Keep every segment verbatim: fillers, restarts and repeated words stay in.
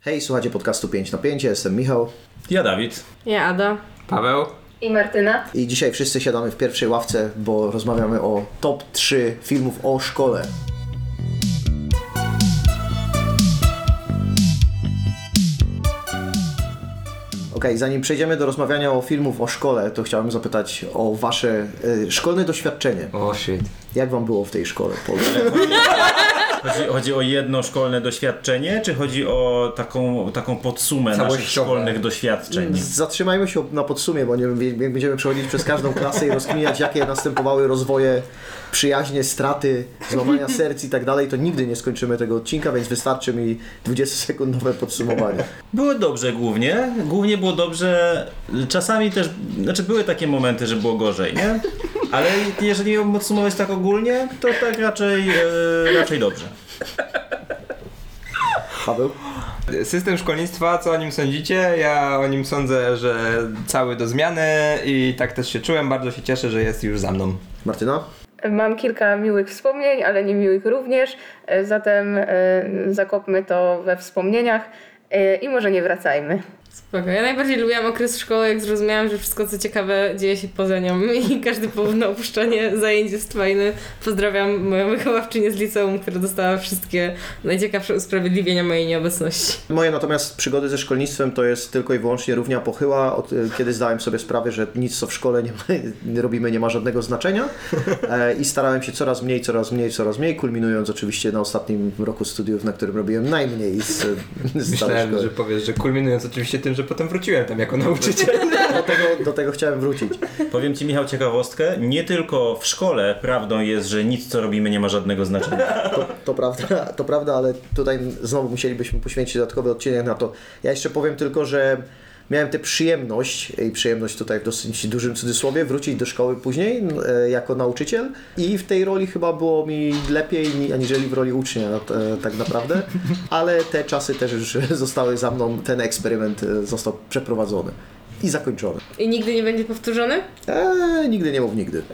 Hej, słuchajcie podcastu pięć na pięć, ja jestem Michał. Ja Dawid. Ja Ada. Paweł. I Martyna. I dzisiaj wszyscy siadamy w pierwszej ławce, bo rozmawiamy o top trzy filmów o szkole. Okej, okay, zanim przejdziemy do rozmawiania o filmów o szkole, to chciałem zapytać o wasze y, szkolne doświadczenie. O oh, shit. Jak wam było w tej szkole polskiej? Chodzi, chodzi o jedno szkolne doświadczenie, czy chodzi o taką, taką podsumę naszych szkolnych doświadczeń? Zatrzymajmy się na podsumie, bo nie, będziemy przechodzić przez każdą klasę i rozkminiać, jakie następowały rozwoje, przyjaźnie, straty, złamania serc i tak dalej, to nigdy nie skończymy tego odcinka, więc wystarczy mi dwudziestosekundowe podsumowanie. Było dobrze głównie. Głównie było dobrze. Czasami też, znaczy były takie momenty, że było gorzej, nie? Ale jeżeli ją podsumować tak ogólnie, to tak raczej, e, raczej dobrze. Paweł? System szkolnictwa, co o nim sądzicie? Ja o nim sądzę, że cały do zmiany i tak też się czułem. Bardzo się cieszę, że jest już za mną. Martyna? Mam kilka miłych wspomnień, ale niemiłych również, zatem zakopmy to we wspomnieniach i może nie wracajmy. Spoko. Ja najbardziej lubiłam okres szkoły, jak zrozumiałam, że wszystko co ciekawe dzieje się poza nią i każdy powód na opuszczanie zajęć jest fajny. Pozdrawiam moją wychowawczynię z liceum, która dostała wszystkie najciekawsze usprawiedliwienia mojej nieobecności. Moje natomiast przygody ze szkolnictwem to jest tylko i wyłącznie równia pochyła, od kiedy zdałem sobie sprawę, że nic co w szkole nie, ma, nie robimy nie ma żadnego znaczenia e, i starałem się coraz mniej, coraz mniej, coraz mniej, kulminując oczywiście na ostatnim roku studiów, na którym robiłem najmniej z, z Myślałem, że powiesz, że kulminując oczywiście tym, że potem wróciłem tam jako nauczyciel. Do tego, do tego chciałem wrócić. Powiem Ci, Michał, ciekawostkę. Nie tylko w szkole prawdą jest, że nic co robimy nie ma żadnego znaczenia. To, to, prawda, to prawda, ale tutaj znowu musielibyśmy poświęcić dodatkowy odcinek na to. Ja jeszcze powiem tylko, że miałem tę przyjemność, i przyjemność tutaj w dosyć dużym cudzysłowie, wrócić do szkoły później e, jako nauczyciel i w tej roli chyba było mi lepiej aniżeli w roli ucznia e, tak naprawdę, ale te czasy też już zostały za mną, ten eksperyment został przeprowadzony i zakończony. I nigdy nie będzie powtórzony? Eee, nigdy nie mów nigdy.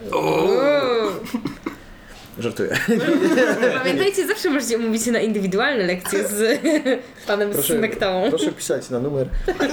Żartuję. Pamiętajcie, zawsze możecie umówić się na indywidualne lekcje z panem Proszę, Smektałą. proszę pisać na numer.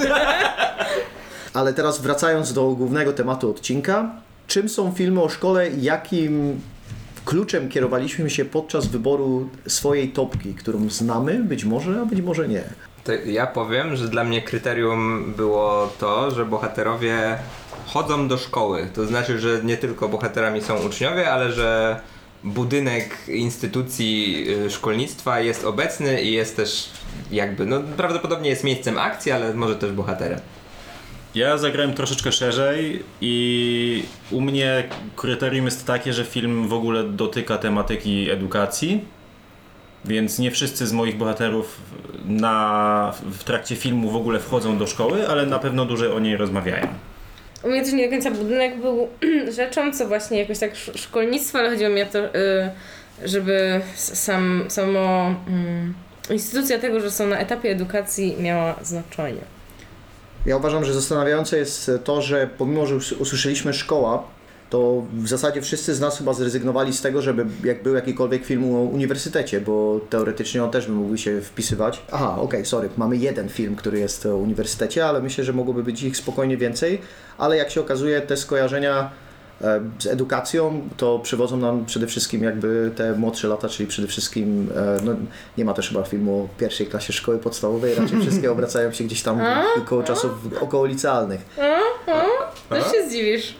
Ale teraz wracając do głównego tematu odcinka. Czym są filmy o szkole i jakim kluczem kierowaliśmy się podczas wyboru swojej topki, którą znamy, być może, a być może nie. To ja powiem, że dla mnie kryterium było to, że bohaterowie chodzą do szkoły. To znaczy, że nie tylko bohaterami są uczniowie, ale że budynek instytucji szkolnictwa jest obecny i jest też jakby, no prawdopodobnie jest miejscem akcji, ale może też bohaterem. Ja zagrałem troszeczkę szerzej i u mnie kryterium jest takie, że film w ogóle dotyka tematyki edukacji, więc nie wszyscy z moich bohaterów na, w trakcie filmu w ogóle wchodzą do szkoły, ale na pewno dużo o niej rozmawiają. U mnie też nie do końca budynek był rzeczą, co właśnie jakoś tak szkolnictwo, ale chodziło mi o to, żeby sam, samo instytucja tego, że są na etapie edukacji miała znaczenie. Ja uważam, że zastanawiające jest to, że pomimo, że usłyszeliśmy szkoła, to w zasadzie wszyscy z nas chyba zrezygnowali z tego, żeby jak był jakikolwiek film o uniwersytecie, bo teoretycznie on też by mógł się wpisywać. Aha, okej, okay, sorry, mamy jeden film, który jest o uniwersytecie, ale myślę, że mogłoby być ich spokojnie więcej, ale jak się okazuje, te skojarzenia z edukacją to przywodzą nam przede wszystkim jakby te młodsze lata, czyli przede wszystkim, no nie ma też chyba filmu o pierwszej klasie szkoły podstawowej, raczej wszystkie obracają się gdzieś tam koło czasów okołolicealnych. Też się zdziwisz.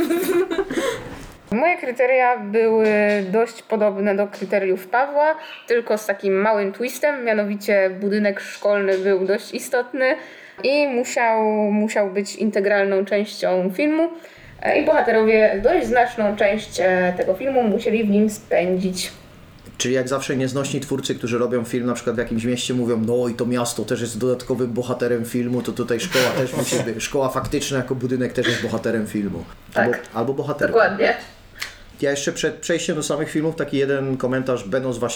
Moje kryteria były dość podobne do kryteriów Pawła, tylko z takim małym twistem, mianowicie budynek szkolny był dość istotny i musiał, musiał być integralną częścią filmu. I bohaterowie dość znaczną część tego filmu musieli w nim spędzić. Czyli jak zawsze nieznośni twórcy, którzy robią film na przykład w jakimś mieście, mówią, no i to miasto też jest dodatkowym bohaterem filmu, to tutaj szkoła też musi być. Szkoła faktyczna jako budynek też jest bohaterem filmu. Albo, tak, albo bohaterem. Dokładnie. Ja jeszcze przed przejściem do samych filmów taki jeden komentarz, będąc właśnie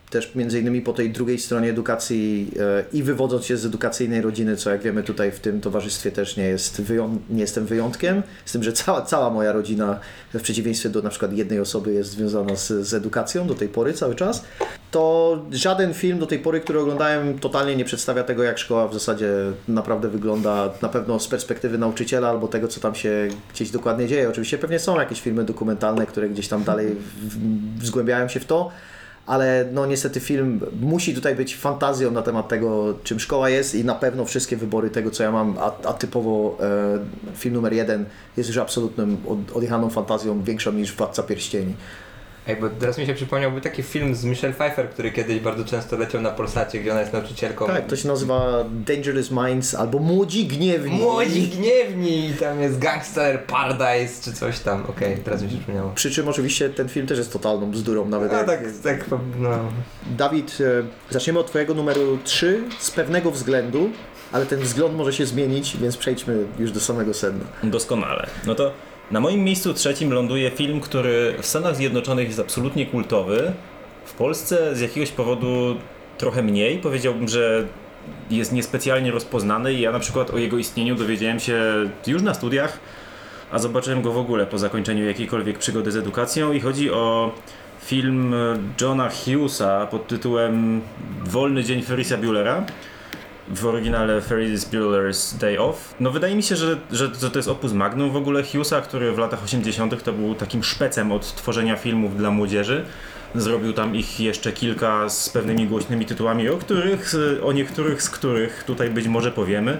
też między innymi po tej drugiej stronie edukacji e, i wywodząc się z edukacyjnej rodziny, co jak wiemy tutaj w tym towarzystwie też nie jest wyją- nie jestem wyjątkiem, z tym, że cała, cała moja rodzina w przeciwieństwie do na przykład jednej osoby jest związana z, z edukacją do tej pory cały czas, to żaden film do tej pory, który oglądałem, totalnie nie przedstawia tego, jak szkoła w zasadzie naprawdę wygląda, na pewno z perspektywy nauczyciela albo tego, co tam się gdzieś dokładnie dzieje. Oczywiście pewnie są jakieś filmy dokumentalne, które gdzieś tam dalej w, w, wzgłębiają się w to, ale no niestety film musi tutaj być fantazją na temat tego, czym szkoła jest i na pewno wszystkie wybory tego, co ja mam, a, a typowo e, film numer jeden jest już absolutnym od, odjechaną fantazją, większą niż Władca Pierścieni. Ej, bo teraz mi się przypomniał, był taki film z Michelle Pfeiffer, który kiedyś bardzo często leciał na Polsacie, gdzie ona jest nauczycielką. Tak, to się nazywa Dangerous Minds albo Młodzi Gniewni. Młodzi Gniewni i tam jest Gangster Paradise czy coś tam. Okej, okay, teraz mi się przypomniało. Przy czym oczywiście ten film też jest totalną bzdurą, nawet No jak... tak, tak, no. Dawid, e, zaczniemy od twojego numeru trzy z pewnego względu, ale ten wzgląd może się zmienić, więc przejdźmy już do samego sedna. Doskonale. No to na moim miejscu trzecim ląduje film, który w Stanach Zjednoczonych jest absolutnie kultowy. W Polsce z jakiegoś powodu trochę mniej. Powiedziałbym, że jest niespecjalnie rozpoznany i ja na przykład o jego istnieniu dowiedziałem się już na studiach, a zobaczyłem go w ogóle po zakończeniu jakiejkolwiek przygody z edukacją i chodzi o film Johna Hughesa pod tytułem Wolny dzień Ferrisa Buellera. W oryginale Ferris Bueller's Day Off. No wydaje mi się, że, że, że to jest opus magnum w ogóle Hughesa, który w latach osiemdziesiątych to był takim szpecem od tworzenia filmów dla młodzieży. Zrobił tam ich jeszcze kilka z pewnymi głośnymi tytułami, o których, o niektórych z których tutaj być może powiemy.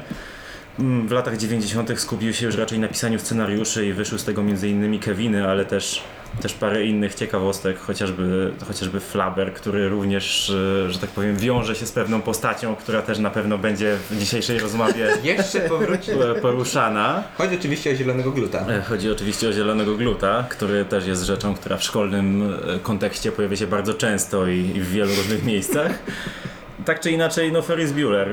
W latach dziewięćdziesiątych skupił się już raczej na pisaniu scenariuszy i wyszły z tego między innymi Keviny, ale też, też parę innych ciekawostek, chociażby, chociażby Flubber, który również, że tak powiem, wiąże się z pewną postacią, która też na pewno będzie w dzisiejszej rozmowie Jeszcze powróci. poruszana. Chodzi oczywiście o Zielonego Gluta. Chodzi oczywiście o Zielonego Gluta, który też jest rzeczą, która w szkolnym kontekście pojawia się bardzo często i, i w wielu różnych miejscach. Tak czy inaczej, no Ferris Bueller.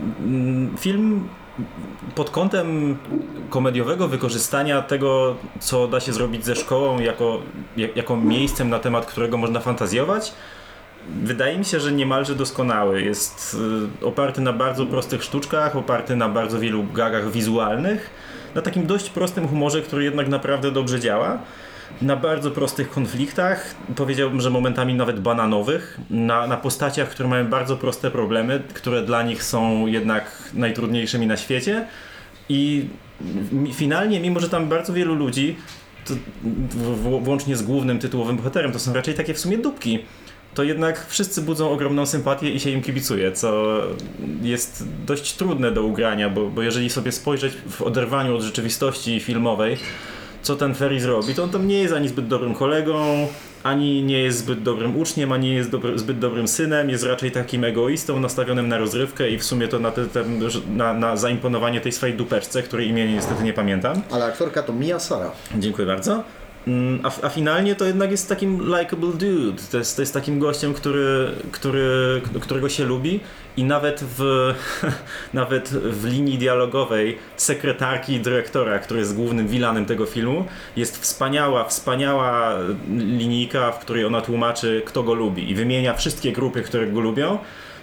Film pod kątem komediowego wykorzystania tego, co da się zrobić ze szkołą jako, jako miejscem, na temat którego można fantazjować, wydaje mi się, że niemalże doskonały. Jest oparty na bardzo prostych sztuczkach, oparty na bardzo wielu gagach wizualnych, na takim dość prostym humorze, który jednak naprawdę dobrze działa. Na bardzo prostych konfliktach, powiedziałbym, że momentami nawet bananowych, na, na postaciach, które mają bardzo proste problemy, które dla nich są jednak najtrudniejszymi na świecie i finalnie, mimo że tam bardzo wielu ludzi, to w, włącznie z głównym tytułowym bohaterem, to są raczej takie w sumie dupki, to jednak wszyscy budzą ogromną sympatię i się im kibicuje, co jest dość trudne do ugrania, bo, bo jeżeli sobie spojrzeć w oderwaniu od rzeczywistości filmowej, co ten Ferris robi, to on tam nie jest ani zbyt dobrym kolegą, ani nie jest zbyt dobrym uczniem, ani nie jest dobry, zbyt dobrym synem, jest raczej takim egoistą nastawionym na rozrywkę i w sumie to na, te, te, na, na zaimponowanie tej swojej dupeczce, której imienia niestety nie pamiętam. Ale aktorka to Mia Sara. Dziękuję bardzo. A, a finalnie to jednak jest takim likable dude, to jest, to jest takim gościem, który, który, którego się lubi i nawet w, nawet w linii dialogowej sekretarki dyrektora, który jest głównym vilanem tego filmu, jest wspaniała, wspaniała linijka, w której ona tłumaczy, kto go lubi i wymienia wszystkie grupy, które go lubią.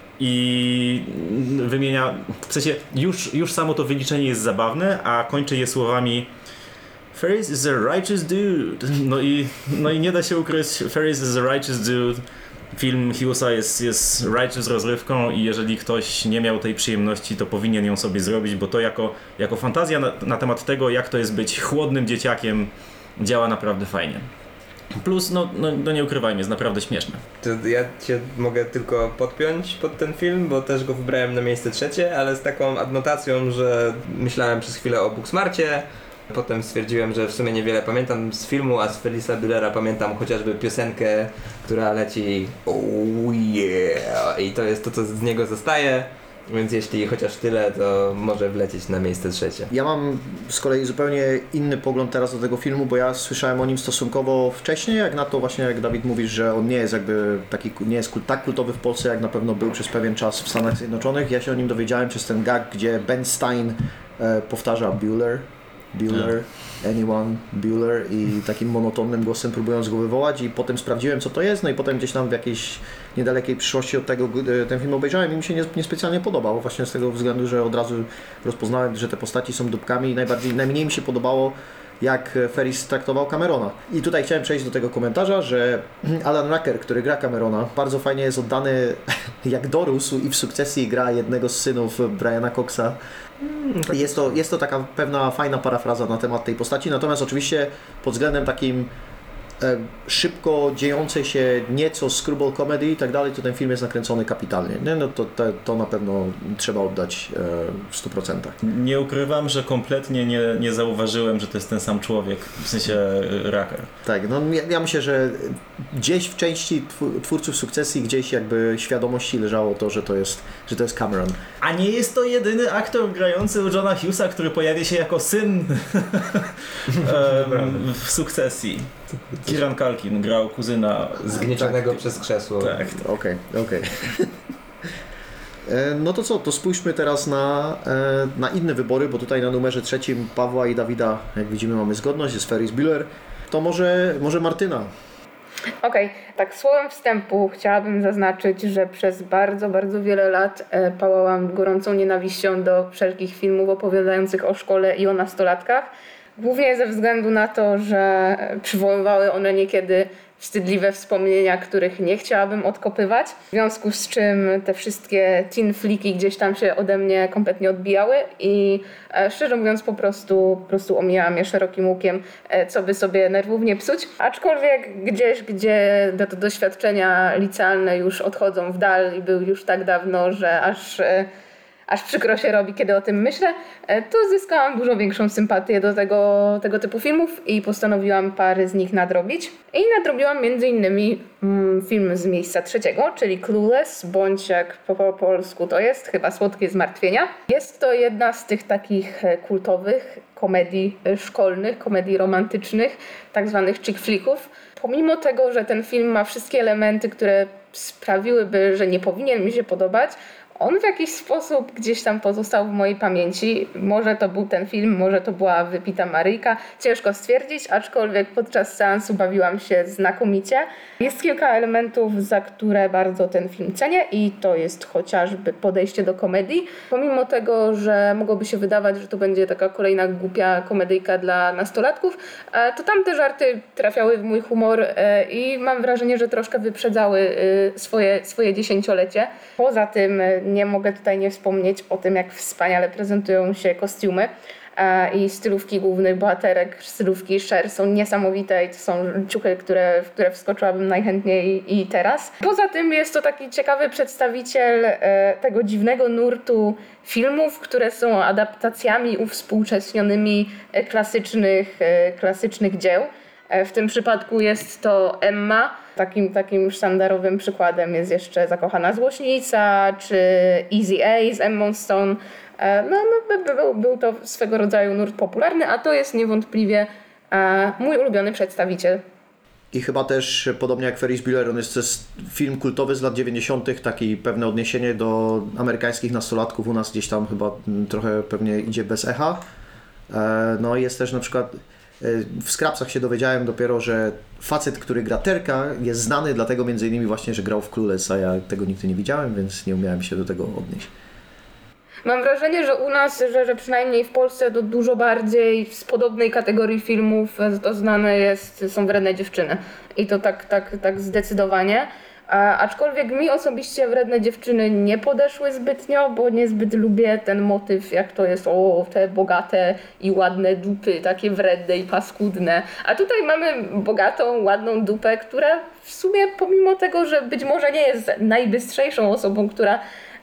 I wymienia, w sensie już, już samo to wyliczenie jest zabawne, a kończy je słowami Ferris is a righteous dude. No i, no i nie da się ukryć, Ferris is a righteous dude. Film Hughesa jest, jest righteous rozrywką i jeżeli ktoś nie miał tej przyjemności, to powinien ją sobie zrobić, bo to jako, jako fantazja na, na temat tego, jak to jest być chłodnym dzieciakiem, działa naprawdę fajnie. Plus, no, no, no nie ukrywajmy, jest naprawdę śmieszne. To ja cię mogę tylko podpiąć pod ten film, bo też go wybrałem na miejsce trzecie, ale z taką adnotacją, że myślałem przez chwilę o Booksmarcie. Potem stwierdziłem, że w sumie niewiele pamiętam z filmu, a z Ferrisa Buellera pamiętam chociażby piosenkę, która leci oh yeah i to jest to, co z niego zostaje, więc jeśli chociaż tyle, to może wlecieć na miejsce trzecie. Ja mam z kolei zupełnie inny pogląd teraz do tego filmu, bo ja słyszałem o nim stosunkowo wcześniej, jak na to właśnie jak Dawid mówisz, że on nie jest jakby taki, nie jest tak kultowy w Polsce, jak na pewno był przez pewien czas w Stanach Zjednoczonych. Ja się o nim dowiedziałem przez ten gag, gdzie Ben Stein e, powtarza Bueller. Bueller, anyone, Bueller i takim monotonnym głosem próbując go wywołać i potem sprawdziłem, co to jest, no i potem gdzieś tam w jakiejś niedalekiej przyszłości od tego ten film obejrzałem i mi się nie, niespecjalnie podobał, właśnie z tego względu, że od razu rozpoznałem, że te postaci są dupkami i najbardziej, najmniej mi się podobało, jak Ferris traktował Camerona. I tutaj chciałem przejść do tego komentarza, że Alan Rucker, który gra Camerona, bardzo fajnie jest oddany, jak dorósł i w Sukcesji gra jednego z synów Briana Coxa. Jest to, jest to taka pewna fajna parafraza na temat tej postaci, natomiast oczywiście pod względem takim e, szybko dziejącej się nieco screwball comedy i tak dalej, to ten film jest nakręcony kapitalnie. Nie? No to, to, to na pewno trzeba oddać e, w stu procentach. Nie ukrywam, że kompletnie nie, nie zauważyłem, że to jest ten sam człowiek, w sensie Rucker. Tak, no ja, ja myślę, że gdzieś w części tw- twórców Sukcesji gdzieś jakby świadomości leżało to, że to jest, że to jest Cameron. A nie jest to jedyny aktor grający u Johna Hughesa, który pojawia się jako syn um, w Sukcesji. Kieran Culkin grał kuzyna Zgniecionego tak, przez krzesło. Tak. Okej, okay, okej. Okay. No to co, to spójrzmy teraz na, na inne wybory, bo tutaj na numerze trzecim Pawła i Dawida, jak widzimy, mamy zgodność, jest Ferris Bueller. To może, może Martyna. Okej, okay. Tak słowem wstępu chciałabym zaznaczyć, że przez bardzo, bardzo wiele lat e, pałałam gorącą nienawiścią do wszelkich filmów opowiadających o szkole i o nastolatkach. Głównie ze względu na to, że przywoływały one niekiedy wstydliwe wspomnienia, których nie chciałabym odkopywać. W związku z czym te wszystkie teen flicki gdzieś tam się ode mnie kompletnie odbijały i e, szczerze mówiąc po prostu, po prostu omijałam je szerokim łukiem, e, co by sobie nerwów nie psuć. Aczkolwiek gdzieś, gdzie te doświadczenia licealne już odchodzą w dal i był już tak dawno, że aż... E, aż przykro się robi, kiedy o tym myślę, to zyskałam dużo większą sympatię do tego, tego typu filmów i postanowiłam parę z nich nadrobić. I nadrobiłam między innymi mm, film z miejsca trzeciego, czyli Clueless, bądź jak po, po polsku to jest, chyba Słodkie Zmartwienia. Jest to jedna z tych takich kultowych komedii szkolnych, komedii romantycznych, tak zwanych chick flicków. Pomimo tego, że ten film ma wszystkie elementy, które sprawiłyby, że nie powinien mi się podobać, on w jakiś sposób gdzieś tam pozostał w mojej pamięci. Może to był ten film, może to była wypita Maryjka. Ciężko stwierdzić, aczkolwiek podczas seansu bawiłam się znakomicie. Jest kilka elementów, za które bardzo ten film cenię i to jest chociażby podejście do komedii. Pomimo tego, że mogłoby się wydawać, że to będzie taka kolejna głupia komedyjka dla nastolatków, to tamte żarty trafiały w mój humor i mam wrażenie, że troszkę wyprzedzały swoje, swoje dziesięciolecie. Poza tym nie mogę tutaj nie wspomnieć o tym, jak wspaniale prezentują się kostiumy i stylówki głównych bohaterek, stylówki Cher są niesamowite i to są ciuchy, które, w które wskoczyłabym najchętniej i teraz. Poza tym jest to taki ciekawy przedstawiciel tego dziwnego nurtu filmów, które są adaptacjami uwspółcześnionymi klasycznych, klasycznych dzieł. W tym przypadku jest to Emma. Takim, takim sztandarowym przykładem jest jeszcze Zakochana Złośnica, czy Easy A z Emmą Stone. No, no by, był, był to swego rodzaju nurt popularny, a to jest niewątpliwie mój ulubiony przedstawiciel. I chyba też, podobnie jak Ferris Bueller, on jest, to jest film kultowy z lat dziewięćdziesiątych, taki pewne odniesienie do amerykańskich nastolatków. U nas gdzieś tam chyba trochę pewnie idzie bez echa. No i jest też na przykład... W Scrapsach się dowiedziałem dopiero, że facet, który gra Terka, jest znany dlatego między innymi właśnie, że grał w Clueless, a ja tego nigdy nie widziałem, więc nie umiałem się do tego odnieść. Mam wrażenie, że u nas, że, że przynajmniej w Polsce to dużo bardziej z podobnej kategorii filmów to znane jest, są Wredne Dziewczyny. I to tak, tak, tak zdecydowanie. A, aczkolwiek mi osobiście Wredne Dziewczyny nie podeszły zbytnio, bo niezbyt lubię ten motyw, jak to jest, o, te bogate i ładne dupy, takie wredne i paskudne. A tutaj mamy bogatą, ładną dupę, która w sumie pomimo tego, że być może nie jest najbystrzejszą osobą, która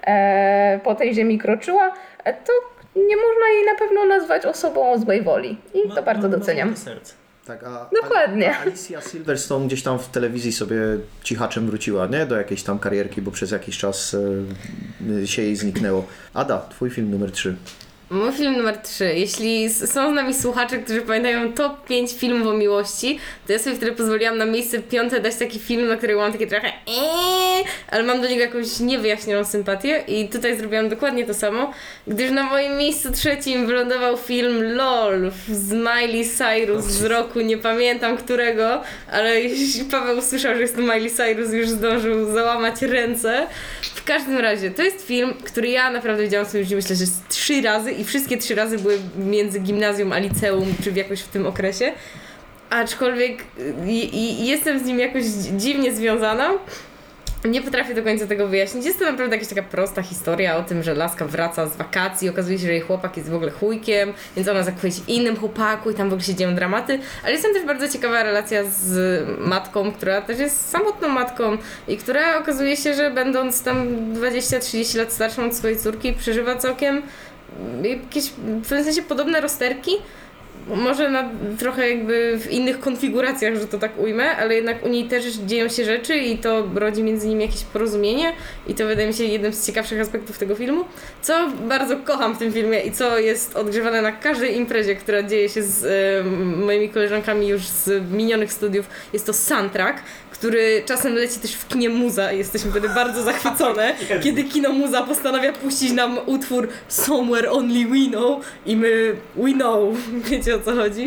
e, po tej ziemi kroczyła, to nie można jej na pewno nazwać osobą o złej woli. I to no, bardzo no, doceniam. No, serce. Tak, a, Dokładnie. A Alicia Silverstone gdzieś tam w telewizji sobie cichaczem wróciła, nie? Do jakiejś tam karierki, bo przez jakiś czas e, się jej zniknęło. Ada, twój film numer trzy. Mój film numer trzy. Jeśli s- są z nami słuchacze, którzy pamiętają top pięć filmów o miłości, to ja sobie wtedy pozwoliłam na miejsce piąte dać taki film, na który mam takie trochę eee, ale mam do niego jakąś niewyjaśnioną sympatię i tutaj zrobiłam dokładnie to samo, gdyż na moim miejscu trzecim wylądował film LOL z Miley Cyrus z roku, nie pamiętam którego, ale jeśli Paweł usłyszał, że jest to Miley Cyrus, już zdążył załamać ręce. W każdym razie, to jest film, który ja naprawdę widziałam w swoim życiu, myślę, że z trzy razy i wszystkie trzy razy były między gimnazjum a liceum, czy jakoś w tym okresie. Aczkolwiek i, i jestem z nim jakoś dziwnie związana. Nie potrafię do końca tego wyjaśnić. Jest to naprawdę jakaś taka prosta historia o tym, że laska wraca z wakacji, okazuje się, że jej chłopak jest w ogóle chujkiem, więc ona zakochuje się w innym chłopaku i tam w ogóle się dzieją dramaty. Ale jest tam też bardzo ciekawa relacja z matką, która też jest samotną matką i która okazuje się, że będąc tam dwadzieścia trzydzieści lat starszą od swojej córki, przeżywa całkiem jakieś w pewnym sensie podobne rozterki. Może na trochę jakby w innych konfiguracjach, że to tak ujmę, ale jednak u niej też dzieją się rzeczy i to rodzi między nimi jakieś porozumienie i to wydaje mi się jednym z ciekawszych aspektów tego filmu, co bardzo kocham w tym filmie i co jest odgrzewane na każdej imprezie, która dzieje się z y, moimi koleżankami już z minionych studiów. Jest to soundtrack, który czasem leci też w kinie Muza i jesteśmy wtedy bardzo zachwycone, kiedy kino Muza postanawia puścić nam utwór Somewhere Only We Know i my we know, wiecie o co chodzi.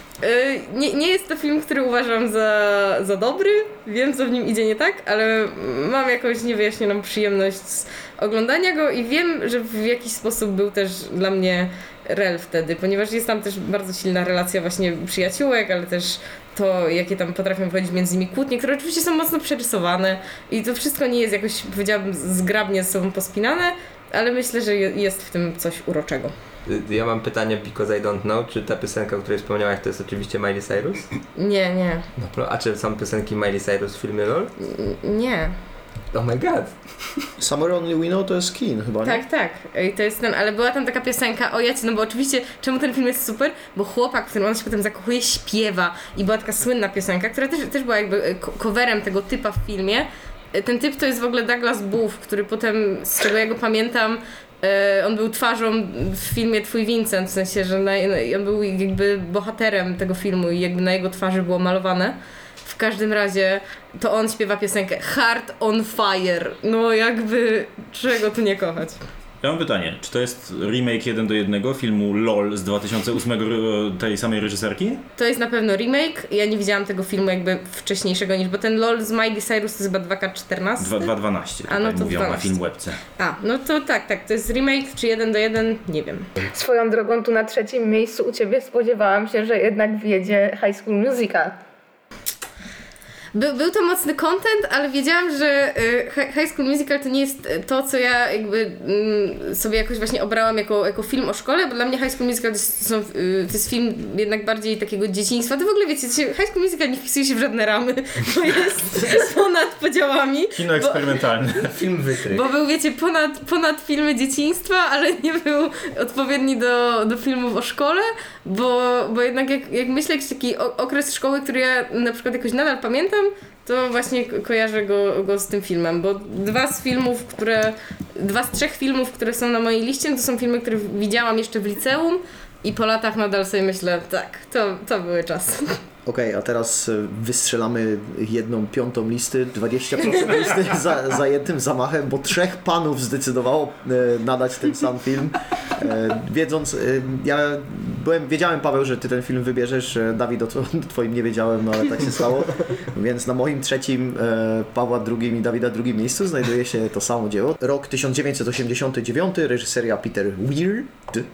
Nie, nie jest to film, który uważam za, za dobry, wiem co w nim idzie nie tak, ale mam jakąś niewyjaśnioną przyjemność z oglądania go i wiem, że w jakiś sposób był też dla mnie rel wtedy, ponieważ jest tam też bardzo silna relacja właśnie przyjaciółek, ale też to, jakie tam potrafią wchodzić między nimi kłótnie, które oczywiście są mocno przerysowane i to wszystko nie jest jakoś, powiedziałabym, zgrabnie ze sobą pospinane, ale myślę, że jest w tym coś uroczego. Ja mam pytanie because I don't know, czy ta piosenka, o której wspomniałaś, to jest oczywiście Miley Cyrus? Nie, nie. No, a czy są piosenki Miley Cyrus w filmie LOL? N- nie. Oh my god. Somewhere Only We Know to jest Keen chyba, nie? Tak, tak. I to jest ten, ale była tam taka piosenka o Jacie, no bo oczywiście, czemu ten film jest super? Bo chłopak, w którym on się potem zakochuje, śpiewa i była taka słynna piosenka, która też, też była jakby coverem tego typa w filmie. Ten typ to jest w ogóle Douglas Booth, który potem, z czego ja go pamiętam, on był twarzą w filmie Twój Vincent, w sensie, że na, on był jakby bohaterem tego filmu i jakby na jego twarzy było malowane. W każdym razie to on śpiewa piosenkę Heart on Fire. No jakby czego tu nie kochać? Ja mam pytanie, czy to jest remake jeden do jednego filmu LOL z dwa tysiące ósmego tej samej reżyserki? To jest na pewno remake. Ja nie widziałam tego filmu jakby wcześniejszego niż, bo ten LOL z Miley Cyrus to jest chyba dwa tysiące czternaście. dwa tysiące dwanaście, A, no tutaj to mówią na dwanaście. film webce. A, no to tak, tak, to jest remake, czy jeden do jeden, nie wiem. Swoją drogą tu na trzecim miejscu u Ciebie spodziewałam się, że jednak wjedzie High School Musical. By, był to mocny content, ale wiedziałam, że y, High School Musical to nie jest to, co ja jakby mm, sobie jakoś właśnie obrałam jako, jako film o szkole, bo dla mnie High School Musical to jest, to, są, y, to jest film jednak bardziej takiego dzieciństwa. To w ogóle wiecie, High School Musical nie wpisuje się w żadne ramy, bo jest ponad podziałami. Kino eksperymentalne. Film wytrych. Bo był, wiecie, ponad, ponad filmy dzieciństwa, ale nie był odpowiedni do, do filmów o szkole, bo, bo jednak jak, jak myślę, jakiś taki okres szkoły, który ja na przykład jakoś nadal pamiętam, to właśnie ko- kojarzę go, go z tym filmem, bo dwa z filmów, które, dwa z trzech filmów, które są na mojej liście, to są filmy, które widziałam jeszcze w liceum i po latach nadal sobie myślę, tak, to, to były czasy. Okej, okay, a teraz wystrzelamy jedną piątą listy, dwadzieścia procent listy za, za jednym zamachem, bo trzech panów zdecydowało e, nadać ten sam film. E, wiedząc, e, ja byłem, wiedziałem, Paweł, że ty ten film wybierzesz, e, Dawid, o twoim nie wiedziałem, no ale tak się stało. Więc na moim trzecim, e, Pawła drugim i Dawida drugim miejscu znajduje się to samo dzieło. Rok tysiąc dziewięćset osiemdziesiąty dziewiąty, reżyseria Peter Weir.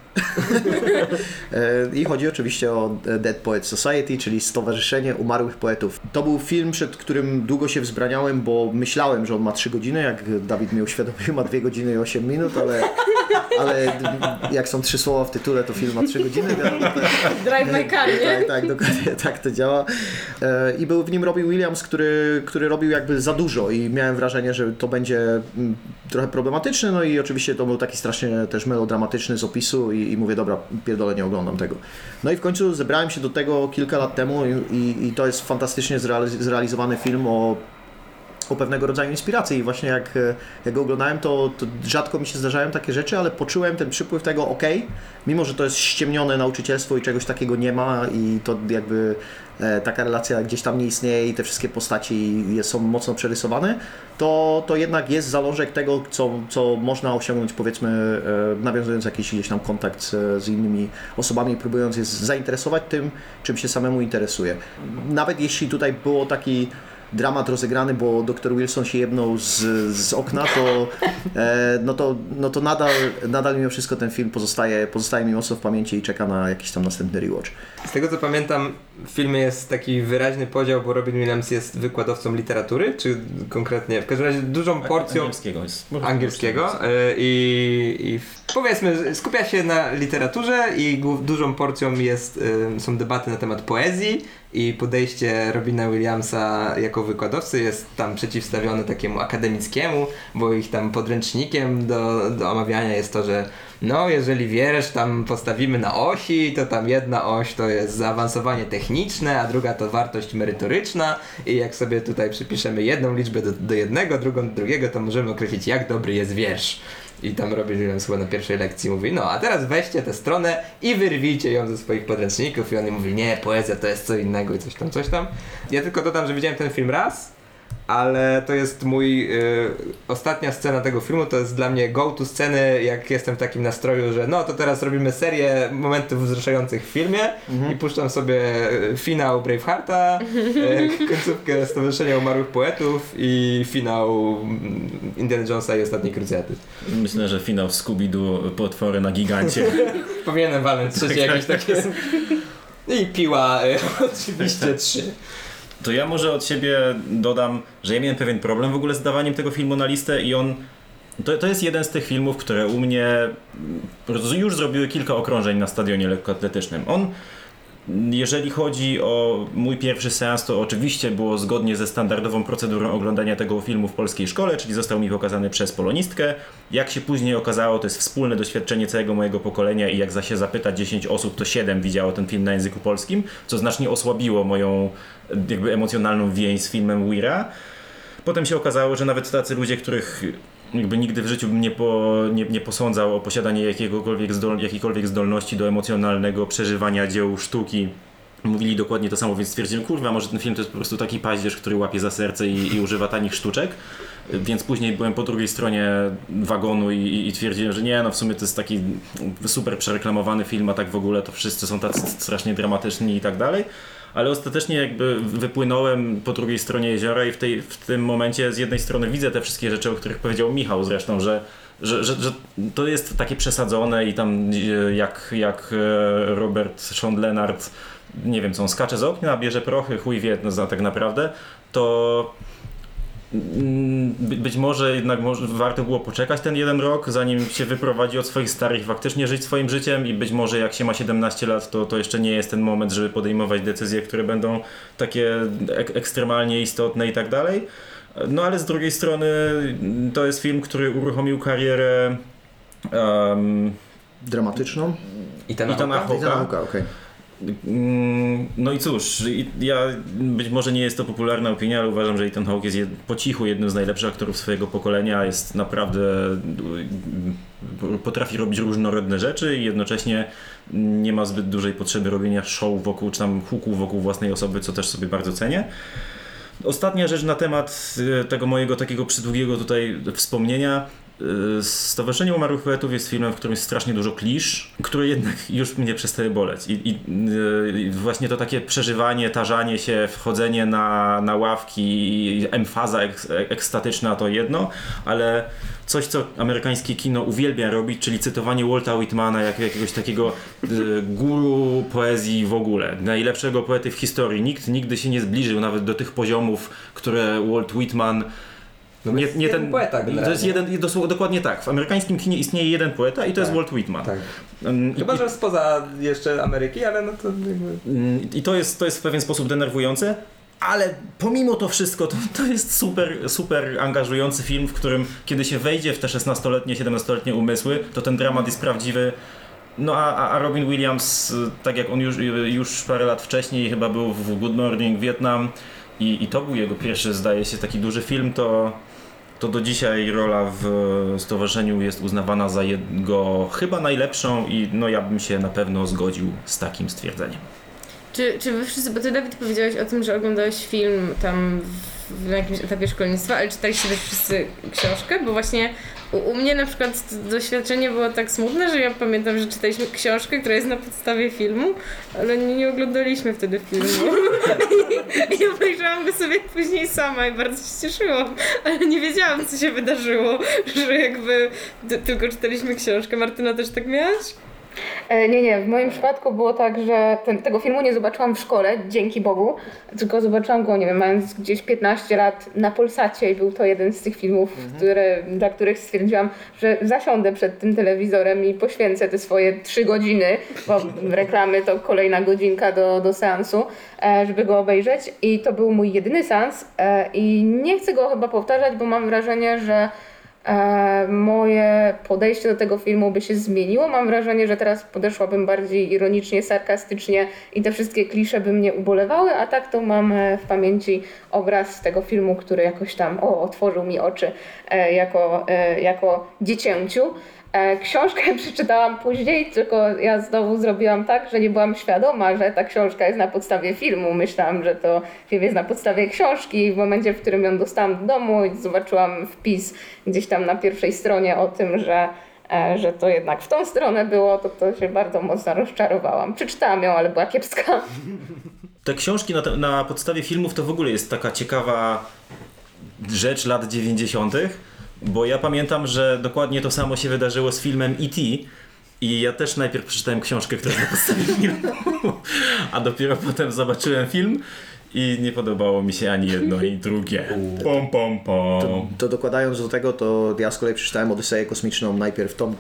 e, I chodzi oczywiście o Dead Poets Society, czyli Stowarzyszenie Umarłych Poetów. To był film, przed którym długo się wzbraniałem, bo myślałem, że on ma trzy godziny, jak Dawid mnie uświadomił, ma dwie godziny i osiem minut, ale, ale jak są trzy słowa w tytule, to film ma trzy godziny. Drive my car, nie? Tak, tak, dokładnie tak to działa. I był w nim Robbie Williams, który, który robił jakby za dużo i miałem wrażenie, że to będzie trochę problematyczne, no i oczywiście to był taki strasznie też melodramatyczny z opisu i, i mówię, dobra, pierdolę, nie oglądam tego. No i w końcu zebrałem się do tego kilka lat temu i, i, i to jest fantastycznie zrealiz- zrealizowany film o po pewnego rodzaju inspiracji i właśnie jak, jak go oglądałem, to, to rzadko mi się zdarzają takie rzeczy, ale poczułem ten przypływ tego ok, mimo że to jest ściemnione nauczycielstwo i czegoś takiego nie ma i to jakby e, taka relacja gdzieś tam nie istnieje i te wszystkie postaci jest, są mocno przerysowane, to, to jednak jest zalążek tego, co, co można osiągnąć, powiedzmy, e, nawiązując jakiś gdzieś tam kontakt z, z innymi osobami, próbując je zainteresować tym, czym się samemu interesuje. Nawet jeśli tutaj było taki dramat rozegrany, bo doktor Wilson się jebnął z, z okna, to, e, no to, no to nadal, nadal mimo wszystko ten film pozostaje, pozostaje mi mocno w pamięci i czeka na jakiś tam następny rewatch. Z tego co pamiętam, w filmie jest taki wyraźny podział, bo Robin Williams jest wykładowcą literatury, czy konkretnie, w każdym razie dużą porcją Angielskiego jest. angielskiego y, i, i powiedzmy skupia się na literaturze i głów, dużą porcją jest, y, są debaty na temat poezji i podejście Robina Williamsa jako wykładowcy jest tam przeciwstawione takiemu akademickiemu, bo ich tam podręcznikiem do, do omawiania jest to, że no jeżeli wiersz tam postawimy na osi, to tam jedna oś to jest zaawansowanie techniczne, a druga to wartość merytoryczna i jak sobie tutaj przypiszemy jedną liczbę do, do jednego, drugą do drugiego, to możemy określić, jak dobry jest wiersz. I tam Robin Williams chyba na pierwszej lekcji mówi, no a teraz weźcie tę stronę i wyrwijcie ją ze swoich podręczników i on mówi, nie, poezja to jest co innego i coś tam, coś tam. Ja tylko dodam, że widziałem ten film raz, ale to jest mój y, ostatnia scena tego filmu, to jest dla mnie go to sceny, jak jestem w takim nastroju, że no to teraz robimy serię momentów wzruszających w filmie mhm. i puszczam sobie finał Bravehearta, y, końcówkę Stowarzyszenia Umarłych Poetów i finał Indiana Jonesa i Ostatniej Krucjady. Myślę, że finał Scooby-Doo, potwory na gigancie. Powinienem walnąć trzecie jakieś takie. I piła y, oczywiście trzy. To ja może od siebie dodam, że ja miałem pewien problem w ogóle z dawaniem tego filmu na listę i on... To, to jest jeden z tych filmów, które u mnie już zrobiły kilka okrążeń na stadionie lekkoatletycznym. On, jeżeli chodzi o mój pierwszy seans, to oczywiście było zgodnie ze standardową procedurą oglądania tego filmu w polskiej szkole, czyli został mi pokazany przez polonistkę. Jak się później okazało, to jest wspólne doświadczenie całego mojego pokolenia i jak za się zapyta dziesięć osób, to siedem widziało ten film na języku polskim, co znacznie osłabiło moją jakby emocjonalną więź z filmem Weira. Potem się okazało, że nawet tacy ludzie, których jakby nigdy w życiu bym nie, po, nie, nie posądzał o posiadanie jakiegokolwiek zdol, jakiejkolwiek zdolności do emocjonalnego przeżywania dzieł sztuki, mówili dokładnie to samo, więc stwierdziłem, kurwa, może ten film to jest po prostu taki paździerz, który łapie za serce i, i używa tanich sztuczek. Więc później byłem po drugiej stronie wagonu i, i, i twierdziłem, że nie, no w sumie to jest taki super przereklamowany film, a tak w ogóle to wszyscy są tacy strasznie dramatyczni i tak dalej. Ale ostatecznie jakby wypłynąłem po drugiej stronie jeziora i w, tej, w tym momencie z jednej strony widzę te wszystkie rzeczy, o których powiedział Michał zresztą, że, że, że, że to jest takie przesadzone i tam jak, jak Robert Sean Leonard, nie wiem co on skacze z okna, bierze prochy, chuj wie no, tak naprawdę, to być może jednak może warto było poczekać ten jeden rok, zanim się wyprowadzi od swoich starych, faktycznie żyć swoim życiem i być może jak się ma siedemnaście lat, to, to jeszcze nie jest ten moment, żeby podejmować decyzje, które będą takie ek- ekstremalnie istotne i tak dalej. No ale z drugiej strony to jest film, który uruchomił karierę um, dramatyczną? Etana Hawke'a. Etana Hawke'a, okej. No i cóż, ja być może nie jest to popularna opinia, ale uważam, że Ethan Hawke jest jed, po cichu jednym z najlepszych aktorów swojego pokolenia, jest naprawdę, potrafi robić różnorodne rzeczy i jednocześnie nie ma zbyt dużej potrzeby robienia show wokół, czy tam huku wokół własnej osoby, co też sobie bardzo cenię. Ostatnia rzecz na temat tego mojego takiego przydługiego tutaj wspomnienia. Stowarzyszenie Umarłych Poetów jest filmem, w którym jest strasznie dużo klisz, które jednak już mnie przestaje boleć. I, i, i właśnie to takie przeżywanie, tarzanie się, wchodzenie na, na ławki, emfaza ek, ekstatyczna to jedno, ale coś, co amerykańskie kino uwielbia robić, czyli cytowanie Walta Whitmana jako jakiegoś takiego y, guru poezji w ogóle. Najlepszego poety w historii. Nikt nigdy się nie zbliżył nawet do tych poziomów, które Walt Whitman No nie, jest nie jeden ten poeta to jest jeden, dosłownie, dokładnie tak. W amerykańskim kinie istnieje jeden poeta i to tak, jest Walt Whitman. Tak. Um, Chyba, i, że spoza jeszcze Ameryki, ale no to... I to jest, to jest w pewien sposób denerwujące, ale pomimo to wszystko, to, to jest super, super angażujący film, w którym kiedy się wejdzie w te szesnastoletnie, siedemnastoletnie umysły, to ten dramat jest prawdziwy. No a, a Robin Williams, tak jak on już, już parę lat wcześniej chyba był w Good Morning Vietnam, i, i to był jego pierwszy, zdaje się, taki duży film, to, to do dzisiaj rola w stowarzyszeniu jest uznawana za jego chyba najlepszą i no ja bym się na pewno zgodził z takim stwierdzeniem. Czy, czy wy wszyscy, bo ty Dawid powiedziałeś o tym, że oglądałeś film tam w, na jakimś etapie szkolnictwa, ale czytaliście też wszyscy książkę? Bo właśnie u, u mnie na przykład doświadczenie było tak smutne, że ja pamiętam, że czytaliśmy książkę, która jest na podstawie filmu, ale nie, nie oglądaliśmy wtedy filmu. I, I obejrzałam go sobie później sama i bardzo się cieszyłam, ale nie wiedziałam, co się wydarzyło, że jakby t- tylko czytaliśmy książkę. Martyna, też tak miałaś? E, Nie, nie, w moim przypadku było tak, że ten, tego filmu nie zobaczyłam w szkole, dzięki Bogu, tylko zobaczyłam go, nie wiem, mając gdzieś piętnaście lat na Polsacie i był to jeden z tych filmów, Mhm. które, dla których stwierdziłam, że zasiądę przed tym telewizorem i poświęcę te swoje trzy godziny, bo reklamy to kolejna godzinka do, do seansu, e, żeby go obejrzeć i to był mój jedyny seans e, i nie chcę go chyba powtarzać, bo mam wrażenie, że E, moje podejście do tego filmu by się zmieniło. Mam wrażenie, że teraz podeszłabym bardziej ironicznie, sarkastycznie i te wszystkie klisze by mnie ubolewały, a tak to mam e, w pamięci obraz tego filmu, który jakoś tam o, otworzył mi oczy e, jako, e, jako dziecięciu. E, Książkę przeczytałam później, tylko ja znowu zrobiłam tak, że nie byłam świadoma, że ta książka jest na podstawie filmu. Myślałam, że to film jest na podstawie książki i w momencie, w którym ją dostałam do domu i zobaczyłam wpis gdzieś tam na pierwszej stronie o tym, że, e, że to jednak w tą stronę było, to, to się bardzo mocno rozczarowałam. Przeczytałam ją, ale była kiepska. Te książki na, te, na podstawie filmów to w ogóle jest taka ciekawa rzecz lat dziewięćdziesiątych. Bo ja pamiętam, że dokładnie to samo się wydarzyło z filmem E T i ja też najpierw przeczytałem książkę, która jest na podstawie filmu, a dopiero potem zobaczyłem film i nie podobało mi się ani jedno i drugie. Pom, pom, pom. To, to dokładając do tego, to ja z kolei przeczytałem Odyseję Kosmiczną najpierw tą,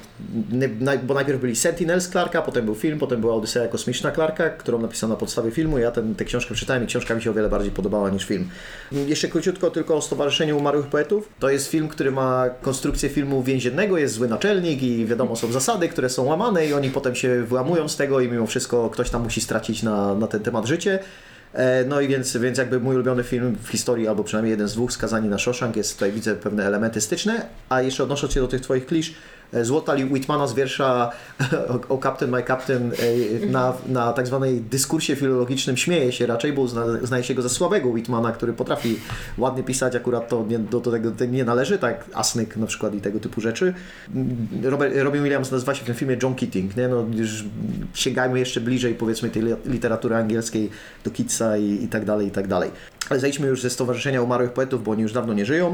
bo najpierw byli Sentinels Clarka, potem był film, potem była Odyseja Kosmiczna Clarka, którą napisano na podstawie filmu. Ja tę książkę przeczytałem i książka mi się o wiele bardziej podobała niż film. Jeszcze króciutko tylko o Stowarzyszeniu Umarłych Poetów. To jest film, który ma konstrukcję filmu więziennego, jest zły naczelnik i wiadomo, są zasady, które są łamane i oni potem się wyłamują z tego i mimo wszystko ktoś tam musi stracić na, na ten temat życie. No i więc, więc jakby mój ulubiony film w historii, albo przynajmniej jeden z dwóch, Skazani na Shawshank, jest tutaj, widzę pewne elementy styczne, a jeszcze odnosząc się do tych twoich klisz, Złota Whitmana z wiersza o, o Captain My Captain na, na tak zwanej dyskursie filologicznym śmieje się raczej, bo uzna, uznaje się go za słabego Whitmana, który potrafi ładnie pisać, akurat to nie, do, do tego to nie należy, tak Asnyk na przykład i tego typu rzeczy. Robert, Robin Williams nazywa się w tym filmie John Keating, nie? No, już sięgajmy jeszcze bliżej powiedzmy tej literatury angielskiej do Keatsa i, i tak dalej, i tak dalej. Ale zejdźmy już ze Stowarzyszenia Umarłych Poetów, bo oni już dawno nie żyją.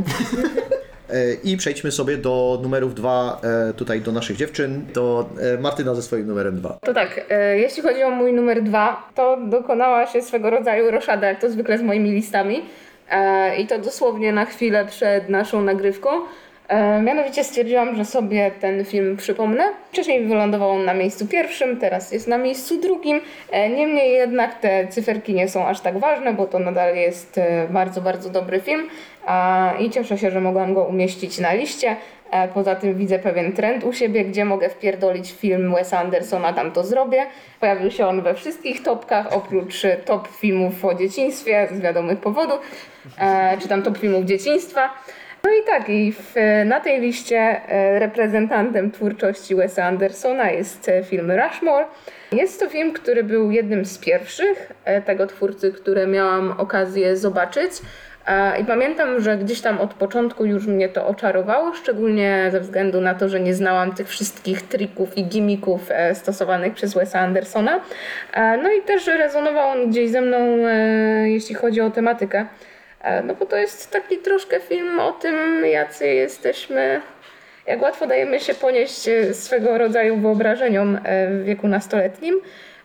I przejdźmy sobie do numerów dwa, tutaj do naszych dziewczyn, to Martyna ze swoim numerem dwa. To tak, e, jeśli chodzi o mój numer dwa, to dokonała się swego rodzaju roszada, jak to zwykle z moimi listami. E, I to dosłownie na chwilę przed naszą nagrywką. E, mianowicie stwierdziłam, że sobie ten film przypomnę. Wcześniej wylądował on na miejscu pierwszym, teraz jest na miejscu drugim. E, niemniej jednak te cyferki nie są aż tak ważne, bo to nadal jest e, bardzo, bardzo dobry film. E, I cieszę się, że mogłam go umieścić na liście. E, poza tym widzę pewien trend u siebie, gdzie mogę wpierdolić film Wesa Andersona, tam to zrobię. Pojawił się on we wszystkich topkach, oprócz e, top filmów o dzieciństwie z wiadomych powodów, e, czy tam top filmów dzieciństwa. No i tak, i w, na tej liście e, reprezentantem twórczości Wesa Andersona jest e, film Rushmore. Jest to film, który był jednym z pierwszych e, tego twórcy, które miałam okazję zobaczyć. E, I pamiętam, że gdzieś tam od początku już mnie to oczarowało, szczególnie ze względu na to, że nie znałam tych wszystkich trików i gimmików e, stosowanych przez Wesa Andersona. E, no i też rezonował on gdzieś ze mną, e, jeśli chodzi o tematykę. No bo to jest taki troszkę film o tym, jacy jesteśmy, jak łatwo dajemy się ponieść swego rodzaju wyobrażeniom w wieku nastoletnim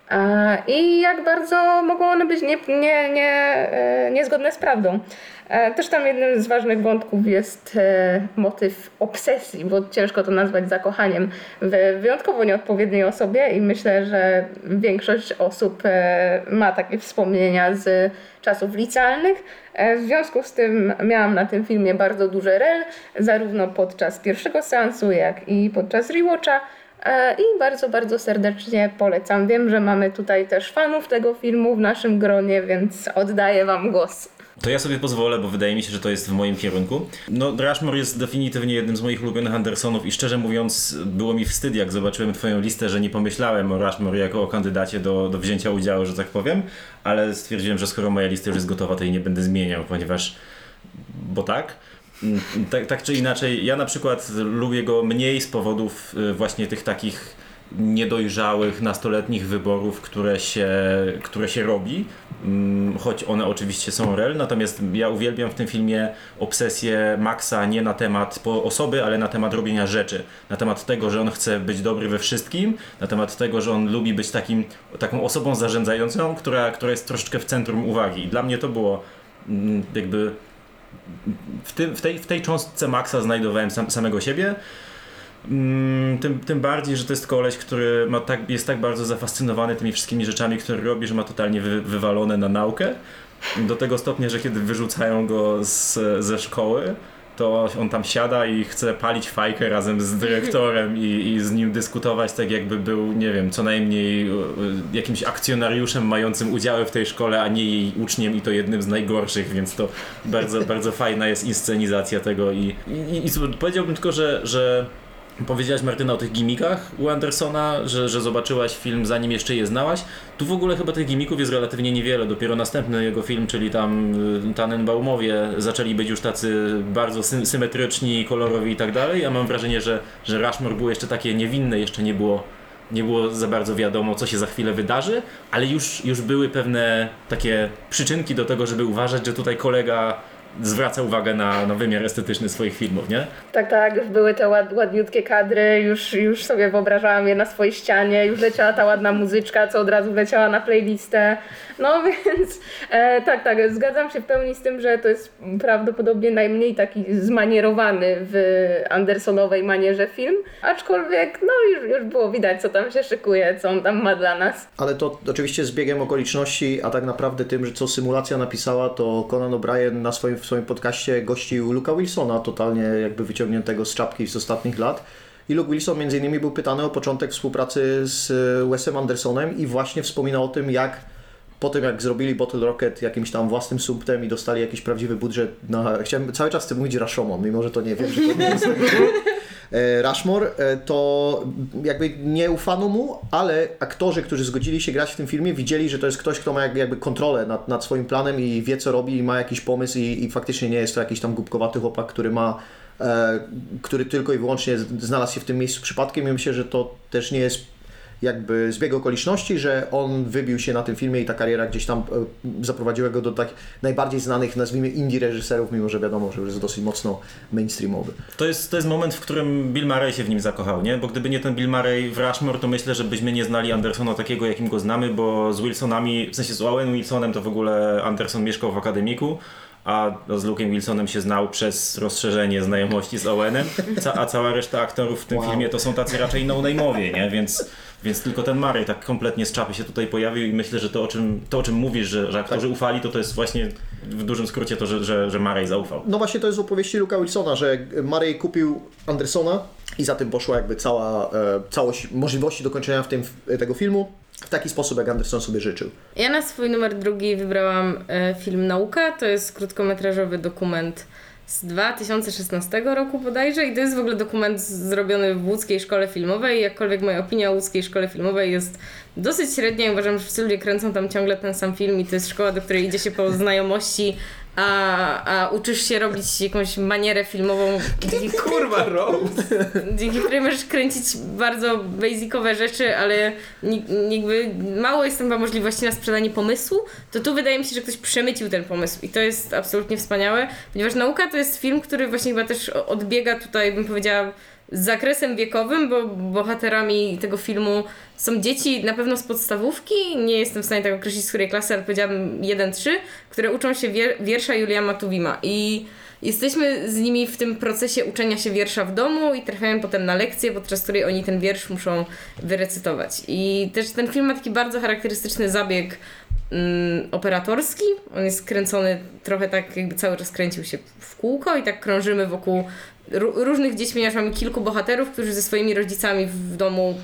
i jak bardzo mogą one być nie, nie, nie, niezgodne z prawdą. Też tam jednym z ważnych wątków jest motyw obsesji, bo ciężko to nazwać zakochaniem w wyjątkowo nieodpowiedniej osobie i myślę, że większość osób ma takie wspomnienia z czasów licealnych. W związku z tym miałam na tym filmie bardzo duży rel, zarówno podczas pierwszego seansu, jak i podczas rewatcha. I bardzo, bardzo serdecznie polecam. Wiem, że mamy tutaj też fanów tego filmu w naszym gronie, więc oddaję wam głos. To ja sobie pozwolę, bo wydaje mi się, że to jest w moim kierunku. No, Rushmore jest definitywnie jednym z moich ulubionych Andersonów i szczerze mówiąc było mi wstyd, jak zobaczyłem twoją listę, że nie pomyślałem o Rushmore jako o kandydacie do, do wzięcia udziału, że tak powiem, ale stwierdziłem, że skoro moja lista już jest gotowa, to jej nie będę zmieniał, ponieważ... bo tak. Tak, tak czy inaczej, ja na przykład lubię go mniej z powodów właśnie tych takich niedojrzałych, nastoletnich wyborów, które się, które się robi, choć one oczywiście są rel, natomiast ja uwielbiam w tym filmie obsesję Maxa nie na temat osoby, ale na temat robienia rzeczy, na temat tego, że on chce być dobry we wszystkim, na temat tego, że on lubi być takim, taką osobą zarządzającą, która, która jest troszeczkę w centrum uwagi i dla mnie to było jakby w, tym, w, tej, w tej cząstce Maxa znajdowałem sam, samego siebie. Tym, tym bardziej, że to jest koleś, który ma tak, jest tak bardzo zafascynowany tymi wszystkimi rzeczami, które robi, że ma totalnie wy, wywalone na naukę. Do tego stopnia, że kiedy wyrzucają go z, ze szkoły, to on tam siada i chce palić fajkę razem z dyrektorem i, i z nim dyskutować tak jakby był, nie wiem, co najmniej jakimś akcjonariuszem mającym udziały w tej szkole, a nie jej uczniem i to jednym z najgorszych, więc to bardzo, bardzo fajna jest inscenizacja tego i, i, i powiedziałbym tylko, że, że powiedziałaś, Martyna, o tych gimikach u Andersona, że, że zobaczyłaś film zanim jeszcze je znałaś. Tu w ogóle chyba tych gimików jest relatywnie niewiele. Dopiero następny jego film, czyli tam Tannenbaumowie, zaczęli być już tacy bardzo sy- symetryczni, kolorowi i tak dalej. Ja mam wrażenie, że, że Rushmore było jeszcze takie niewinne, jeszcze nie było, nie było za bardzo wiadomo, co się za chwilę wydarzy, ale już, już były pewne takie przyczynki do tego, żeby uważać, że tutaj kolega zwraca uwagę na, na wymiar estetyczny swoich filmów, nie? Tak, tak, już były te ład, ładniutkie kadry, już, już sobie wyobrażałam je na swojej ścianie, już leciała ta ładna muzyczka, co od razu wleciała na playlistę. No więc e, tak, tak, zgadzam się w pełni z tym, że to jest prawdopodobnie najmniej taki zmanierowany w Andersonowej manierze film, aczkolwiek no już, już było widać, co tam się szykuje, co on tam ma dla nas. Ale to oczywiście z biegiem okoliczności, a tak naprawdę tym, że co symulacja napisała, to Conan O'Brien na swoim w swoim podcaście gościł Luke'a Wilsona, totalnie jakby wyciągniętego z czapki z ostatnich lat. I Luke Wilson między innymi był pytany o początek współpracy z Wesem Andersonem i właśnie wspominał o tym, jak po tym jak zrobili Bottle Rocket jakimś tam własnym sumptem i dostali jakiś prawdziwy budżet na... Chciałem cały czas chcę mówić Rashomon, mimo że to nie wiem, że to nie jest... Rushmore, to jakby nie ufano mu, ale aktorzy, którzy zgodzili się grać w tym filmie, widzieli, że to jest ktoś, kto ma jakby kontrolę nad, nad swoim planem i wie, co robi i ma jakiś pomysł i, i faktycznie nie jest to jakiś tam głupkowaty chłopak, który ma, e, który tylko i wyłącznie znalazł się w tym miejscu przypadkiem i myślę, że to też nie jest jakby zbieg okoliczności, że on wybił się na tym filmie i ta kariera gdzieś tam e, zaprowadziła go do tak najbardziej znanych, nazwijmy, indie reżyserów, mimo że wiadomo, że jest dosyć mocno mainstreamowy. To jest, to jest moment, w którym Bill Murray się w nim zakochał, nie? Bo gdyby nie ten Bill Murray w Rushmore, to myślę, że byśmy nie znali Andersona takiego, jakim go znamy, bo z Wilsonami, w sensie z Owen Wilsonem to w ogóle Anderson mieszkał w akademiku, a z Luke'em Wilsonem się znał przez rozszerzenie znajomości z Owenem, a cała reszta aktorów w tym wow. filmie to są tacy raczej no-name'owie, nie? Więc, więc tylko ten Murray tak kompletnie z czapy się tutaj pojawił i myślę, że to o czym, to, o czym mówisz, że, że aktorzy tak. ufali, to to jest właśnie w dużym skrócie to, że, że, że Murray zaufał. No właśnie to jest w opowieści Luke'a Wilsona, że Murray kupił Andersona i za tym poszła jakby cała e, całość możliwości dokończenia w tym, tego filmu w taki sposób, jak Anderson sobie życzył. Ja na swój numer drugi wybrałam e, film Nauka. To jest krótkometrażowy dokument z dwa tysiące szesnastego roku bodajże i to jest w ogóle dokument zrobiony w łódzkiej szkole filmowej. Jakkolwiek moja opinia o łódzkiej szkole filmowej jest dosyć średnia i uważam, że wszyscy ludzie kręcą tam ciągle ten sam film i to jest szkoła, do której idzie się po znajomości, a, a uczysz się robić jakąś manierę filmową, dzięki, kurwa Rose! dzięki której możesz kręcić bardzo basicowe rzeczy, ale jakby mało jest tam chyba możliwości na sprzedanie pomysłu, to tu wydaje mi się, że ktoś przemycił ten pomysł i to jest absolutnie wspaniałe, ponieważ Nauka to jest film, który właśnie chyba też odbiega tutaj, bym powiedziała, z zakresem wiekowym, bo bohaterami tego filmu są dzieci na pewno z podstawówki, nie jestem w stanie tak określić z której klasy, ale powiedziałabym jeden trzy, które uczą się wier- wiersza Julia Matuwima i jesteśmy z nimi w tym procesie uczenia się wiersza w domu i trafiają potem na lekcję, podczas której oni ten wiersz muszą wyrecytować. I też ten film ma taki bardzo charakterystyczny zabieg mm, operatorski. On jest kręcony trochę tak, jakby cały czas kręcił się w kółko i tak krążymy wokół r- różnych dzieci, ponieważ mamy kilku bohaterów, którzy ze swoimi rodzicami w domu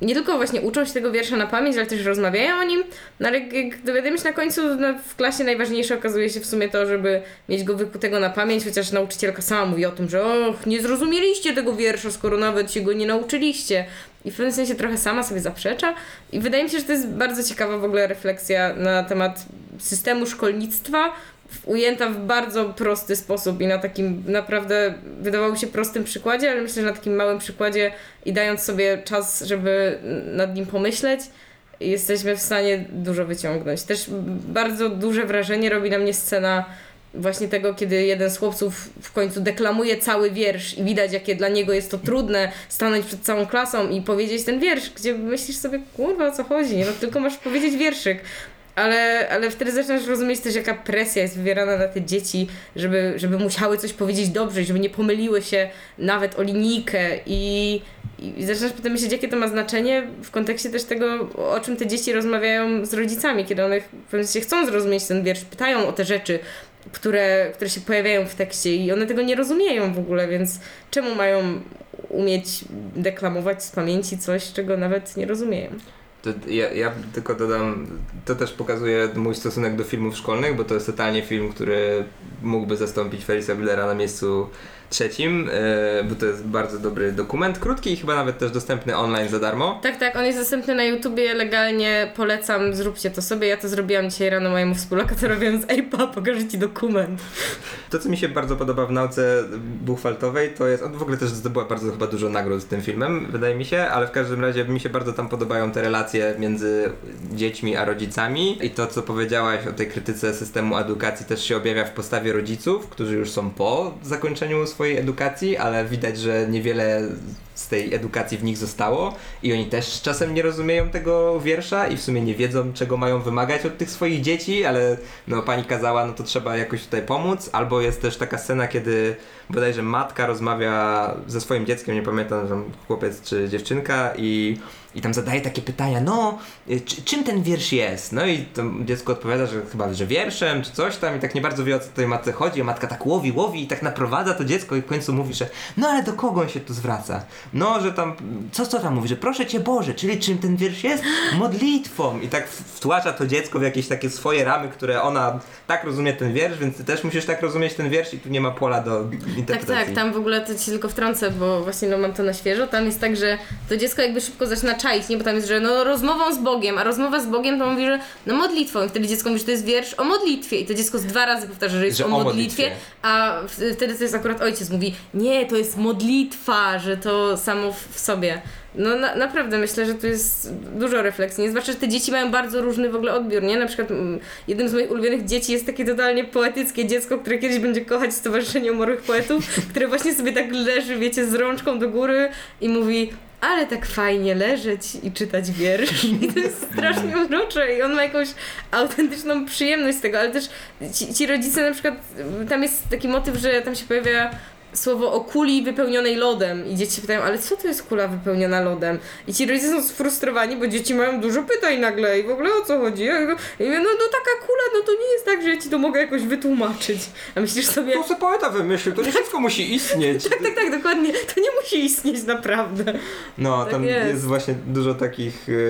nie tylko właśnie uczą się tego wiersza na pamięć, ale też rozmawiają o nim, no ale jak dowiadujemy się na końcu, no, w klasie najważniejsze okazuje się w sumie to, żeby mieć go wykutego na pamięć, chociaż nauczycielka sama mówi o tym, że och, nie zrozumieliście tego wiersza, skoro nawet się go nie nauczyliście. I w pewnym sensie trochę sama sobie zaprzecza. I wydaje mi się, że to jest bardzo ciekawa w ogóle refleksja na temat systemu szkolnictwa, ujęta w bardzo prosty sposób i na takim naprawdę wydawało się prostym przykładzie, ale myślę, że na takim małym przykładzie i dając sobie czas, żeby nad nim pomyśleć, jesteśmy w stanie dużo wyciągnąć. Też bardzo duże wrażenie robi na mnie scena właśnie tego, kiedy jeden z chłopców w końcu deklamuje cały wiersz i widać, jakie dla niego jest to trudne stanąć przed całą klasą i powiedzieć ten wiersz, gdzie myślisz sobie, kurwa, o co chodzi, no tylko masz powiedzieć wierszyk. Ale, ale wtedy zaczynasz rozumieć też, jaka presja jest wywierana na te dzieci, żeby, żeby musiały coś powiedzieć dobrze, żeby nie pomyliły się nawet o linijkę i, i zaczynasz potem myśleć, jakie to ma znaczenie w kontekście też tego, o czym te dzieci rozmawiają z rodzicami, kiedy one w pewnym sensie chcą zrozumieć ten wiersz, pytają o te rzeczy, które, które się pojawiają w tekście i one tego nie rozumieją w ogóle, więc czemu mają umieć deklamować z pamięci coś, czego nawet nie rozumieją? To ja, ja tylko dodam, to też pokazuje mój stosunek do filmów szkolnych, bo to jest totalnie film, który mógłby zastąpić Ferrisa Buellera na miejscu trzecim, yy, bo to jest bardzo dobry dokument, krótki i chyba nawet też dostępny online za darmo. Tak, tak, on jest dostępny na YouTubie, legalnie polecam, zróbcie to sobie. Ja to zrobiłam dzisiaj rano mojemu współlokatorowi, więc ej pa, pokażę ci dokument. To, co mi się bardzo podoba w nauce buchwaltowej, to jest, on w ogóle też zdobyła bardzo chyba dużo nagród z tym filmem, wydaje mi się, ale w każdym razie mi się bardzo tam podobają te relacje między dziećmi a rodzicami i to, co powiedziałaś o tej krytyce systemu edukacji też się objawia w postawie rodziców, którzy już są po zakończeniu swojej edukacji, ale widać, że niewiele z tej edukacji w nich zostało i oni też czasem nie rozumieją tego wiersza i w sumie nie wiedzą, czego mają wymagać od tych swoich dzieci, ale no pani kazała, no to trzeba jakoś tutaj pomóc. Albo jest też taka scena, kiedy bodajże matka rozmawia ze swoim dzieckiem, nie pamiętam, tam chłopiec czy dziewczynka i I tam zadaje takie pytania, no, czy, czym ten wiersz jest? No i to dziecko odpowiada, że chyba, że wierszem, czy coś tam i tak nie bardzo wie, o co tej matce chodzi, a matka tak łowi, łowi i tak naprowadza to dziecko i w końcu mówi, że no ale do kogo on się tu zwraca? No, że tam, co, co tam mówi, że proszę Cię Boże, czyli czym ten wiersz jest? Modlitwą. I tak wtłacza to dziecko w jakieś takie swoje ramy, które ona tak rozumie ten wiersz, więc Ty też musisz tak rozumieć ten wiersz i tu nie ma pola do interpretacji. Tak, tak, tam w ogóle to Ci tylko wtrącę, bo właśnie no, mam to na świeżo, tam jest tak, że to dziecko jakby szybko zaczyna czaić, nie? Bo tam jest, że no rozmową z Bogiem, a rozmowa z Bogiem to mówi, że no modlitwą i wtedy dziecko mówi, że to jest wiersz o modlitwie i to dziecko z dwa razy powtarza, że jest że o, o modlitwie, modlitwie, a wtedy to jest akurat ojciec mówi, nie, to jest modlitwa, że to samo w sobie. No na, naprawdę myślę, że tu jest dużo refleksji, zwłaszcza, że te dzieci mają bardzo różny w ogóle odbiór, nie? Na przykład m, jednym z moich ulubionych dzieci jest takie totalnie poetyckie dziecko, które kiedyś będzie kochać Stowarzyszenie Umarłych Poetów, które właśnie sobie tak leży, wiecie, z rączką do góry i mówi, ale tak fajnie leżeć i czytać wiersz. I to jest strasznie urocze i on ma jakąś autentyczną przyjemność z tego, ale też ci, ci rodzice na przykład, tam jest taki motyw, że tam się pojawia słowo o kuli wypełnionej lodem i dzieci się pytają, ale co to jest kula wypełniona lodem? I ci rodzice są sfrustrowani, bo dzieci mają dużo pytań nagle i w ogóle o co chodzi? Ja mówię, no, no taka kula, no to nie jest tak, że ja ci to mogę jakoś wytłumaczyć. A myślisz sobie... To sobie poeta wymyślił, to nie wszystko musi istnieć. Tak, tak, tak, dokładnie. To nie musi istnieć naprawdę. No, Tak tam jest. jest właśnie dużo takich, yy,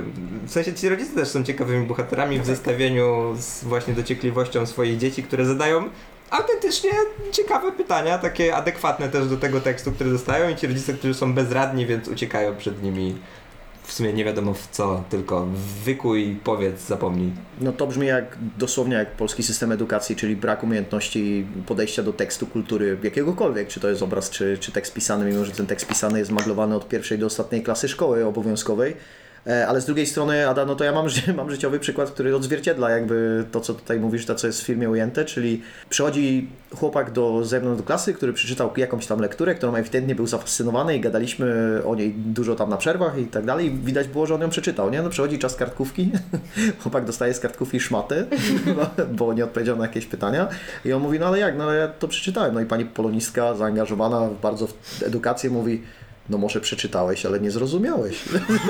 w sensie ci rodzice też są ciekawymi bohaterami w zestawieniu z właśnie dociekliwością swoich dzieci, które zadają autentycznie ciekawe pytania, takie adekwatne też do tego tekstu, który dostają i ci rodzice, którzy są bezradni, więc uciekają przed nimi w sumie nie wiadomo w co, tylko wykuj, powiedz, zapomnij. No to brzmi jak dosłownie jak polski system edukacji, czyli brak umiejętności podejścia do tekstu, kultury jakiegokolwiek, czy to jest obraz, czy, czy tekst pisany, mimo że ten tekst pisany jest maglowany od pierwszej do ostatniej klasy szkoły obowiązkowej. Ale z drugiej strony, Ada, no to ja mam, mam życiowy przykład, który odzwierciedla jakby to, co tutaj mówisz, to, co jest w filmie ujęte, czyli przychodzi chłopak do, ze mną do klasy, który przeczytał jakąś tam lekturę, którą ewidentnie był zafascynowany i gadaliśmy o niej dużo tam na przerwach i tak dalej i widać było, że on ją przeczytał, nie? No przychodzi czas kartkówki, chłopak dostaje z kartkówki szmatę, bo nie odpowiedział na jakieś pytania i on mówi, no ale jak, no ale ja to przeczytałem, no i pani polonistka zaangażowana bardzo w edukację mówi, No może przeczytałeś, ale nie zrozumiałeś.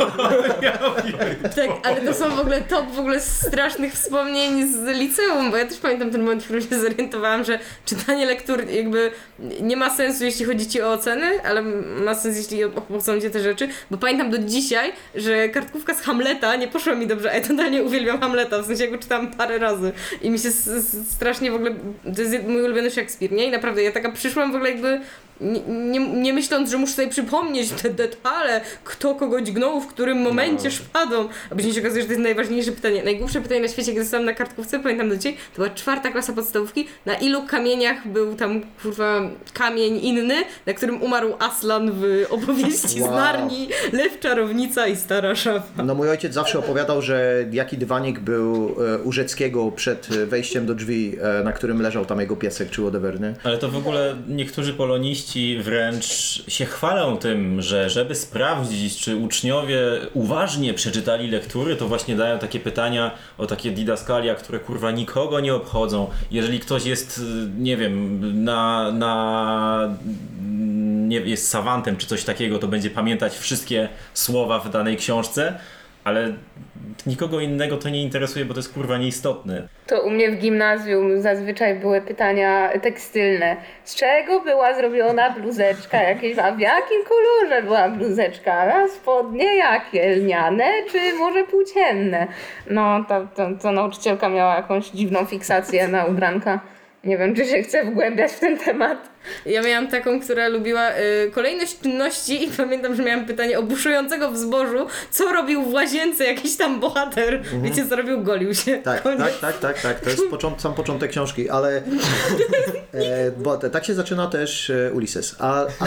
Tak, ale to są w ogóle top w ogóle strasznych wspomnień z liceum, bo ja też pamiętam ten moment, w którym się zorientowałam, że czytanie lektur jakby nie ma sensu, jeśli chodzi ci o oceny, ale ma sens, jeśli obchodzą cię te rzeczy, bo pamiętam do dzisiaj, że kartkówka z Hamleta nie poszła mi dobrze, a ja totalnie uwielbiam Hamleta, w sensie ja go czytałam parę razy i mi się s- s- strasznie w ogóle, to jest mój ulubiony Szekspir, nie? I naprawdę ja taka przyszłam w ogóle jakby Nie, nie, nie myśląc, że muszę sobie przypomnieć te detale, kto kogo dźgnął, w którym momencie No. szpadą. A później się okazuje, że to jest najważniejsze pytanie. Najgłupsze pytanie na świecie, kiedy zostałam na kartkówce, pamiętam do dzisiaj, to była czwarta klasa podstawówki, na ilu kamieniach był tam, kurwa, kamień inny, na którym umarł Aslan w opowieści Wow. z Narni, Lew, Czarownica i Stara Szafa. No mój ojciec zawsze opowiadał, że jaki dywanik był e, u Rzeckiego przed wejściem do drzwi, e, na którym leżał tam jego piesek czy whatever, nie? Ale to w ogóle niektórzy poloniści wręcz się chwalą tym, że żeby sprawdzić, czy uczniowie uważnie przeczytali lektury, to właśnie dają takie pytania o takie didaskalia, które kurwa nikogo nie obchodzą. Jeżeli ktoś jest, nie wiem, na, na nie jest savantem czy coś takiego, to będzie pamiętać wszystkie słowa w danej książce, ale nikogo innego to nie interesuje, bo to jest kurwa nieistotne. To u mnie w gimnazjum zazwyczaj były pytania tekstylne. Z czego była zrobiona bluzeczka jakieś, a w jakim kolorze była bluzeczka? A spodnie jakie? Lniane czy może płócienne? No, to, to, to nauczycielka miała jakąś dziwną fiksację na ubranka. Nie wiem, czy się chcę wgłębiać w ten temat. Ja miałam taką, która lubiła y, kolejność czynności i pamiętam, że miałam pytanie o buszującego w zbożu, co robił w łazience jakiś tam bohater. Mhm. Wiecie, co robił? Golił się. Tak, Koniec. tak, tak, tak, tak. To jest począt, sam początek książki, ale e, bo te, tak się zaczyna też e, Ulises. A, a,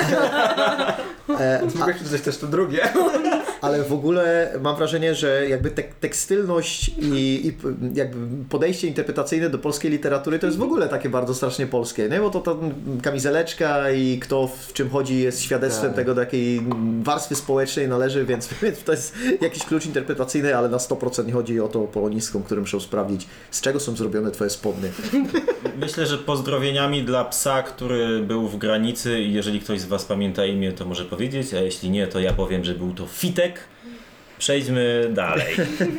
e, a, Mogę przeczytać też to drugie. ale w ogóle mam wrażenie, że jakby tek, tekstylność i, i jakby podejście interpretacyjne do polskiej literatury to jest w ogóle takie bardzo strasznie polskie, nie? Bo to ta kamizeleczka i kto w czym chodzi jest świadectwem Tak. tego, do jakiej warstwy społecznej należy, więc, więc to jest jakiś klucz interpretacyjny, ale na sto procent nie chodzi o to polonistką, którym muszą sprawdzić, z czego są zrobione twoje spodnie. Myślę, że pozdrowieniami dla psa, który był w granicy i jeżeli ktoś z was pamięta imię, to może powiedzieć, a jeśli nie, to ja powiem, że był to Fitek. Przejdźmy dalej.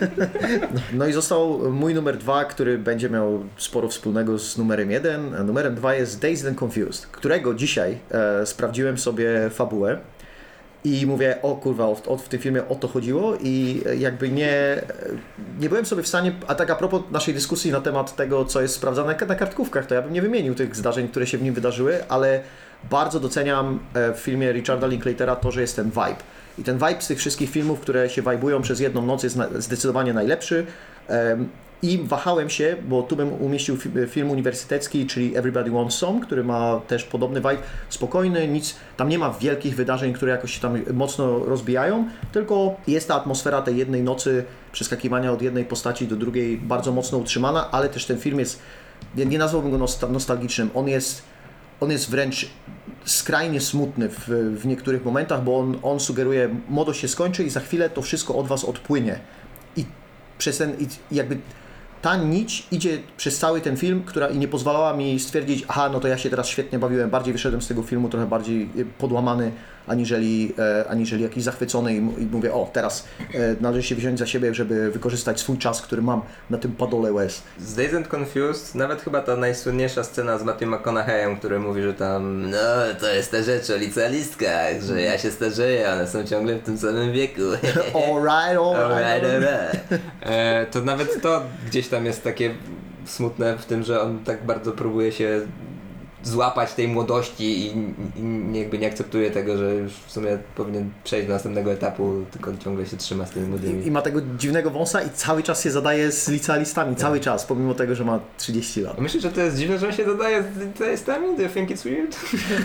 No i został mój numer dwa, który będzie miał sporo wspólnego z numerem jeden. A numerem dwa jest Dazed and Confused, którego dzisiaj e, sprawdziłem sobie fabułę i mówię, o kurwa, o, o, w tym filmie o to chodziło i jakby nie, nie byłem sobie w stanie, a tak a propos naszej dyskusji na temat tego, co jest sprawdzane na kartkówkach, to ja bym nie wymienił tych zdarzeń, które się w nim wydarzyły, ale bardzo doceniam w filmie Richarda Linklatera to, że jest ten vibe. I ten vibe z tych wszystkich filmów, które się vibują przez jedną noc, jest na, zdecydowanie najlepszy. Um, I wahałem się, bo tu bym umieścił fi- film uniwersytecki, czyli Everybody Wants Some, który ma też podobny vibe. Spokojny, nic, tam nie ma wielkich wydarzeń, które jakoś się tam mocno rozbijają, tylko jest ta atmosfera tej jednej nocy, przeskakiwania od jednej postaci do drugiej bardzo mocno utrzymana, ale też ten film jest, nie, nie nazwałbym go nosta- nostalgicznym, on jest, on jest wręcz skrajnie smutny w, w niektórych momentach, bo on, on sugeruje, młodość się skończy i za chwilę to wszystko od was odpłynie. I przez ten, i jakby ta nić idzie przez cały ten film, która i nie pozwalała mi stwierdzić, aha, no to ja się teraz świetnie bawiłem, bardziej wyszedłem z tego filmu trochę bardziej podłamany, aniżeli, e, aniżeli jakiś zachwycony i, i mówię, o, teraz e, należy się wziąć za siebie, żeby wykorzystać swój czas, który mam na tym padole łez. Z Dazed and Confused, nawet chyba ta najsłynniejsza scena z Matthew McConaugheyem, który mówi, że tam no to jest ta rzecz o licealistkach, że ja się starzeję, one są ciągle w tym samym wieku. Alright, alright. Alright, alright. E, to nawet to gdzieś tam jest takie smutne w tym, że on tak bardzo próbuje się złapać tej młodości i, i jakby nie akceptuje tego, że już w sumie powinien przejść do następnego etapu, tylko ciągle się trzyma z tymi młodymi. I, I ma tego dziwnego wąsa i cały czas się zadaje z licealistami, cały czas, pomimo tego, że ma trzydzieści lat. Myślisz, że to jest dziwne, że on się dodaje z licealistami? Do you think it's weird?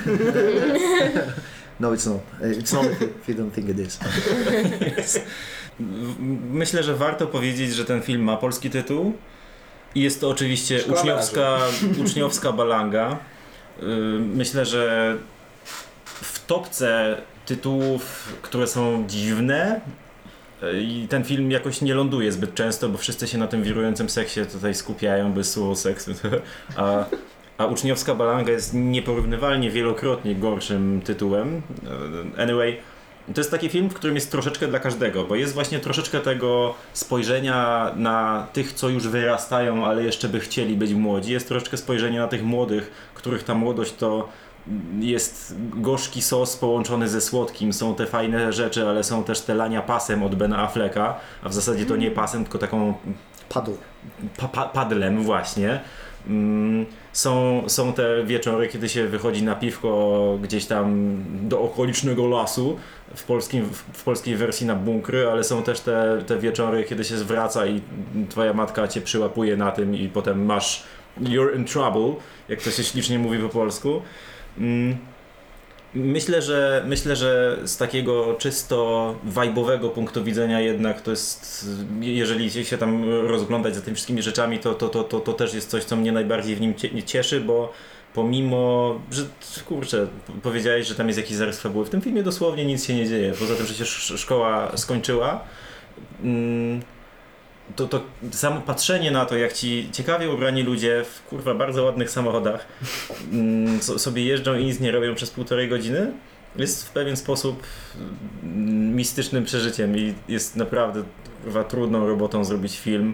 No, it's not. It's not if you don't think it is. Myślę, że warto powiedzieć, że ten film ma polski tytuł i jest to oczywiście Szkoła uczniowska, uczniowska balanga. Myślę, że w topce tytułów, które są dziwne, i ten film jakoś nie ląduje zbyt często, bo wszyscy się na tym wirującym seksie tutaj skupiają, bez słowa seks, a, a uczniowska balanga jest nieporównywalnie wielokrotnie gorszym tytułem. Anyway, To jest taki film, w którym jest troszeczkę dla każdego, bo jest właśnie troszeczkę tego spojrzenia na tych, co już wyrastają, ale jeszcze by chcieli być młodzi. Jest troszeczkę spojrzenia na tych młodych, których ta młodość to jest gorzki sos połączony ze słodkim. Są te fajne rzeczy, ale są też te lania pasem od Bena Afflecka, a w zasadzie to nie pasem, tylko taką... Padł. Pa, pa, padlem właśnie. Mm, są, są te wieczory, kiedy się wychodzi na piwko gdzieś tam do okolicznego lasu, w, polskim, w polskiej wersji na bunkry, ale są też te, te wieczory, kiedy się zwraca i twoja matka cię przyłapuje na tym i potem masz you're in trouble, jak to się ślicznie mówi po polsku. Mm. Myślę, że myślę, że z takiego czysto wajbowego punktu widzenia jednak to jest, jeżeli się tam rozglądać za tymi wszystkimi rzeczami, to, to, to, to, to też jest coś, co mnie najbardziej w nim cieszy, bo pomimo, że kurczę, powiedziałeś, że tam jest jakiś zarys fabuły, w tym filmie dosłownie nic się nie dzieje, poza tym, że się szkoła skończyła. Mm. To, to samo patrzenie na to, jak ci ciekawie ubrani ludzie w kurwa bardzo ładnych samochodach mm, so, sobie jeżdżą i nic nie robią przez półtorej godziny, jest w pewien sposób mm, mistycznym przeżyciem i jest naprawdę kurwa trudną robotą zrobić film,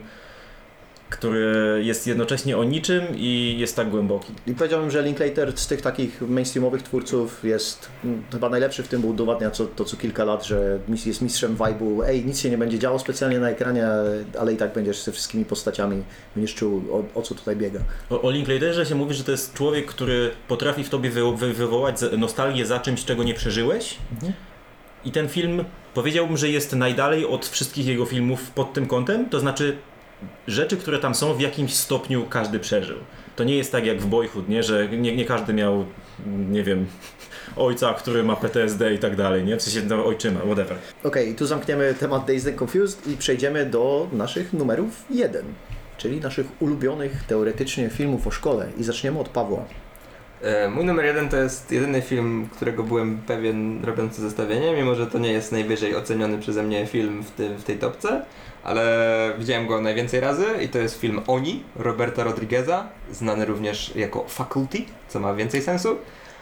który jest jednocześnie o niczym i jest tak głęboki. I powiedziałbym, że Linklater z tych takich mainstreamowych twórców jest mm, chyba najlepszy w tym, bo udowadnia co, to co kilka lat, że jest mistrzem vibe'u. Ej, nic się nie będzie działo specjalnie na ekranie, ale i tak będziesz ze wszystkimi postaciami, będziesz czuł o, o co tutaj biega. O, o Linklaterze się mówi, że to jest człowiek, który potrafi w tobie wy, wy, wywołać nostalgię za czymś, czego nie przeżyłeś. Mhm. I ten film, powiedziałbym, że jest najdalej od wszystkich jego filmów pod tym kątem, to znaczy rzeczy, które tam są, w jakimś stopniu każdy przeżył. To nie jest tak jak w Boyhood, nie? Że nie, nie każdy miał, nie wiem, ojca, który ma P T S D i tak dalej, nie? W sensie no, ojczyma, whatever. Okej, okay, tu zamkniemy temat Dazed and Confused i przejdziemy do naszych numerów jeden, czyli naszych ulubionych teoretycznie filmów o szkole i zaczniemy od Pawła. Mój numer jeden to jest jedyny film, którego byłem pewien robiąc zestawienie, mimo że to nie jest najwyżej oceniony przeze mnie film w, tym, w tej topce, ale widziałem go najwięcej razy i to jest film Oni Roberta Rodrigueza, znany również jako Faculty, co ma więcej sensu.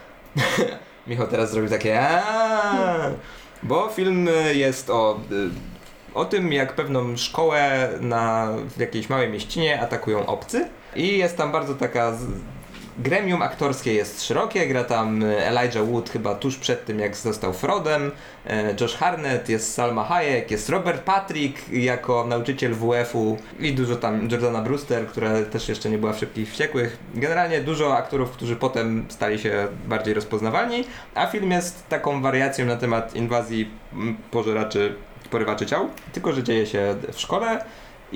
Michał teraz zrobił takie aaa, bo film jest o, o tym, jak pewną szkołę na, w jakiejś małej mieścinie atakują obcy i jest tam bardzo taka... Gremium aktorskie jest szerokie, gra tam Elijah Wood chyba tuż przed tym, jak został Frodem, Josh Hartnett, jest Salma Hayek, jest Robert Patrick jako nauczyciel W F-u i dużo tam Jordana Brewster, która też jeszcze nie była w Szybkich i Wściekłych. Generalnie dużo aktorów, którzy potem stali się bardziej rozpoznawalni, a film jest taką wariacją na temat inwazji pożeraczy, porywaczy ciał, tylko że dzieje się w szkole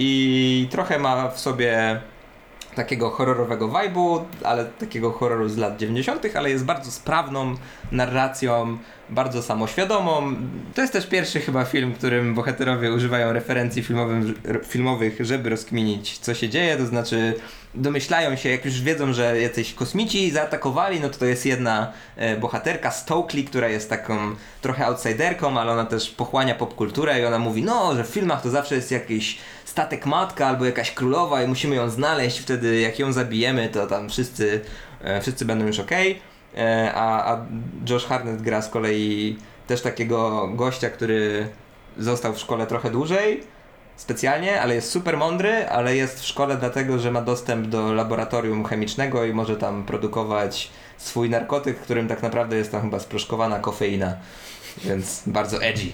i trochę ma w sobie takiego horrorowego vibe'u, ale takiego horroru z lat dziewięćdziesiątych, ale jest bardzo sprawną narracją, bardzo samoświadomą. To jest też pierwszy chyba film, w którym bohaterowie używają referencji filmowych, żeby rozkminić, co się dzieje, to znaczy domyślają się, jak już wiedzą, że jacyś kosmici zaatakowali, no to to jest jedna e, bohaterka, Stokely, która jest taką trochę outsiderką, ale ona też pochłania popkulturę i ona mówi, no, że w filmach to zawsze jest jakiś statek matka albo jakaś królowa i musimy ją znaleźć, wtedy jak ją zabijemy, to tam wszyscy, e, wszyscy będą już okej. E, a, a Josh Hartnett gra z kolei też takiego gościa, który został w szkole trochę dłużej, specjalnie, ale jest super mądry, ale jest w szkole dlatego, że ma dostęp do laboratorium chemicznego i może tam produkować swój narkotyk, którym tak naprawdę jest tam chyba sproszkowana kofeina, więc bardzo edgy.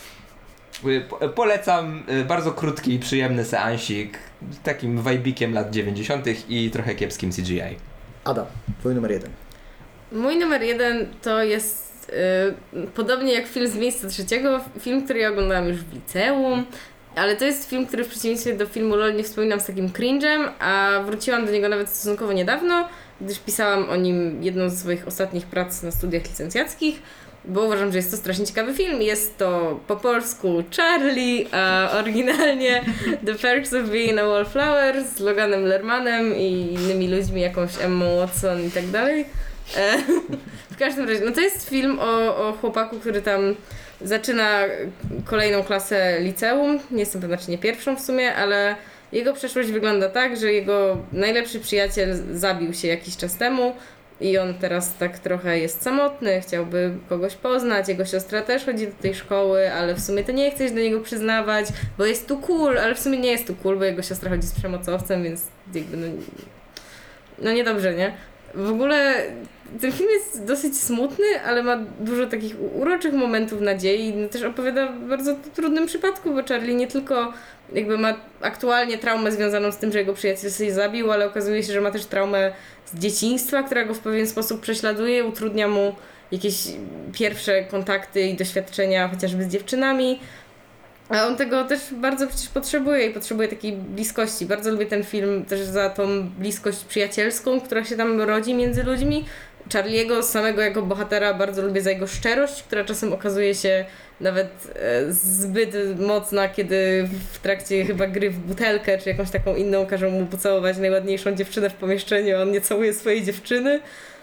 Po- polecam, bardzo krótki i przyjemny seansik z takim wajbikiem lat dziewięćdziesiątych i trochę kiepskim C G I. Ada, twój numer jeden. Mój numer jeden to jest yy, podobnie jak film z miejsca trzeciego, film, który ja oglądałam już w liceum, ale to jest film, który w przeciwieństwie do filmu LOL nie wspominam z takim cringe'em, a wróciłam do niego nawet stosunkowo niedawno, gdyż pisałam o nim jedną ze swoich ostatnich prac na studiach licencjackich, bo uważam, że jest to strasznie ciekawy film. Jest to po polsku Charlie, a oryginalnie The Perks of Being a Wallflower z Loganem Lermanem i innymi ludźmi, jakąś Emmą Watson i tak dalej. E, w każdym razie, no to jest film o, o chłopaku, który tam zaczyna kolejną klasę liceum. Nie jestem pewna, czy nie pierwszą w sumie, ale jego przeszłość wygląda tak, że jego najlepszy przyjaciel zabił się jakiś czas temu i on teraz tak trochę jest samotny, chciałby kogoś poznać, jego siostra też chodzi do tej szkoły, ale w sumie to nie chce się do niego przyznawać, bo jest tu cool, ale w sumie nie jest tu cool, bo jego siostra chodzi z przemocowcem, więc jakby no, no niedobrze, nie? W ogóle ten film jest dosyć smutny, ale ma dużo takich uroczych momentów nadziei. No też opowiada w bardzo trudnym przypadku, bo Charlie nie tylko jakby ma aktualnie traumę związaną z tym, że jego przyjaciel się zabił, ale okazuje się, że ma też traumę z dzieciństwa, która go w pewien sposób prześladuje, utrudnia mu jakieś pierwsze kontakty i doświadczenia chociażby z dziewczynami. A on tego też bardzo przecież potrzebuje i potrzebuje takiej bliskości. Bardzo lubię ten film też za tą bliskość przyjacielską, która się tam rodzi między ludźmi. Charlie'ego, samego jako bohatera, bardzo lubię za jego szczerość, która czasem okazuje się nawet e, zbyt mocna, kiedy w trakcie chyba gry w butelkę czy jakąś taką inną każą mu pocałować najładniejszą dziewczynę w pomieszczeniu, a on nie całuje swojej dziewczyny.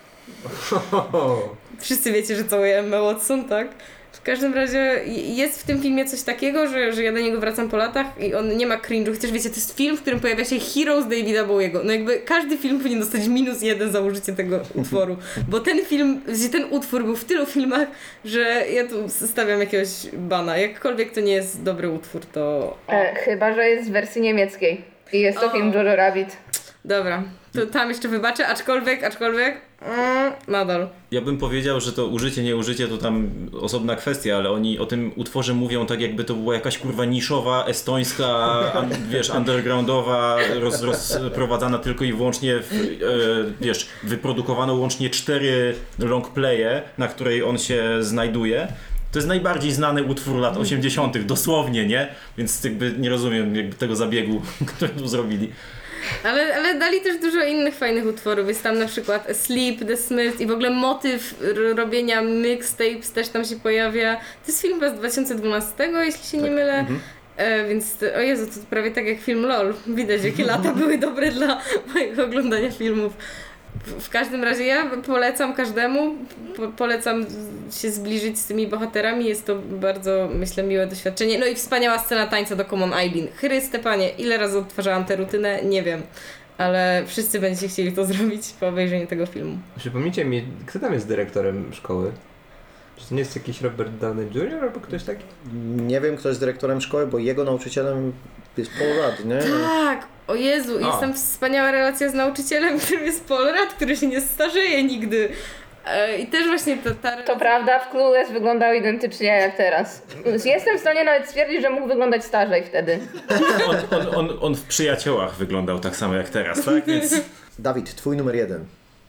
Wszyscy wiecie, że całuje Emma Watson, tak? W każdym razie jest w tym filmie coś takiego, że, że ja do niego wracam po latach i on nie ma cringe'u, chociaż wiecie, to jest film, w którym pojawia się Heroes Davida Bowiego. No jakby każdy film powinien dostać minus jeden za użycie tego utworu, bo ten film, ten utwór był w tylu filmach, że ja tu stawiam jakiegoś bana. Jakkolwiek to nie jest dobry utwór, to... E, chyba, że jest w wersji niemieckiej i jest to O. film Jojo Rabbit. Dobra, to tam jeszcze wybaczę, aczkolwiek, aczkolwiek, mm, nadal. Ja bym powiedział, że to użycie, nie użycie to tam osobna kwestia, ale oni o tym utworze mówią tak, jakby to była jakaś kurwa niszowa, estońska, un, wiesz, undergroundowa, roz, rozprowadzana tylko i wyłącznie, w, e, wiesz, wyprodukowano łącznie cztery longplaye, na której on się znajduje. To jest najbardziej znany utwór lat osiemdziesiątych, dosłownie, nie? Więc jakby nie rozumiem jakby tego zabiegu, który tu zrobili. Ale, ale dali też dużo innych fajnych utworów. Jest tam na przykład Sleep, The Smiths i w ogóle motyw r- robienia mixtapes też tam się pojawia. To jest film z dwa tysiące dwunastego, jeśli się nie mylę. Mhm. E, więc, to, o Jezu, to prawie tak jak film LOL. Widać, jakie lata były dobre dla mojego oglądania filmów. W, w każdym razie ja polecam każdemu, po, polecam się zbliżyć z tymi bohaterami. Jest to bardzo, myślę, miłe doświadczenie. No i wspaniała scena tańca do Common Eileen. Chryste panie, ile razy odtwarzałam tę rutynę? Nie wiem. Ale wszyscy będziecie chcieli to zrobić po obejrzeniu tego filmu. Przypomnijcie mi, kto tam jest dyrektorem szkoły? Czy to nie jest jakiś Robert Downey junior albo ktoś taki? Nie wiem, kto jest dyrektorem szkoły, bo jego nauczycielem jest Paul Rudd, nie? Tak! O Jezu, jest tam wspaniała relacja z nauczycielem, którym jest Paul Rudd, który się nie starzeje nigdy. E, I też właśnie ta, ta relacja... To prawda, w Clueless wyglądał identycznie jak teraz. Jestem w stanie nawet stwierdzić, że mógł wyglądać starzej wtedy. On, on, on, on w Przyjaciołach wyglądał tak samo jak teraz, tak? Więc... Dawid, twój numer jeden.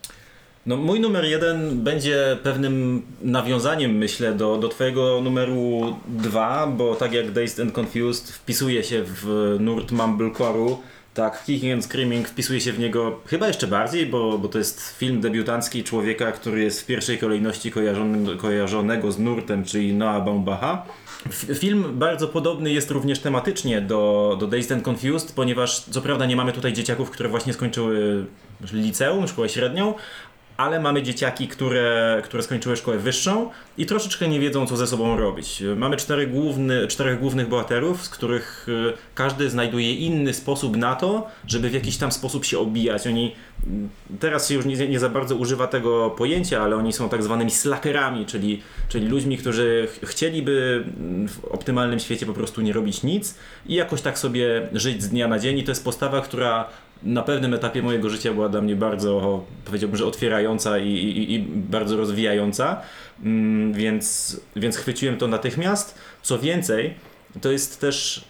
No, mój numer jeden będzie pewnym nawiązaniem, myślę, do, do twojego numeru dwa, bo tak jak Dazed and Confused wpisuje się w nurt mumblecore'u, tak Kicking and Screaming wpisuje się w niego chyba jeszcze bardziej, bo, bo to jest film debiutancki człowieka, który jest w pierwszej kolejności kojarzony, kojarzonego z nurtem, czyli Noah Baumbach'a. F- Film bardzo podobny jest również tematycznie do, do Dazed and Confused, ponieważ co prawda nie mamy tutaj dzieciaków, które właśnie skończyły liceum, szkołę średnią, ale mamy dzieciaki, które, które skończyły szkołę wyższą i troszeczkę nie wiedzą, co ze sobą robić. Mamy cztery główny, czterech głównych bohaterów, z których y, każdy znajduje inny sposób na to, żeby w jakiś tam sposób się obijać. Oni, teraz się już nie, nie za bardzo używa tego pojęcia, ale oni są tak zwanymi slackerami, czyli, czyli ludźmi, którzy ch- chcieliby w optymalnym świecie po prostu nie robić nic i jakoś tak sobie żyć z dnia na dzień. I to jest postawa, która na pewnym etapie mojego życia była dla mnie bardzo, powiedziałbym, że otwierająca i, i, i bardzo rozwijająca, mm, więc, więc chwyciłem to natychmiast. Co więcej, to jest też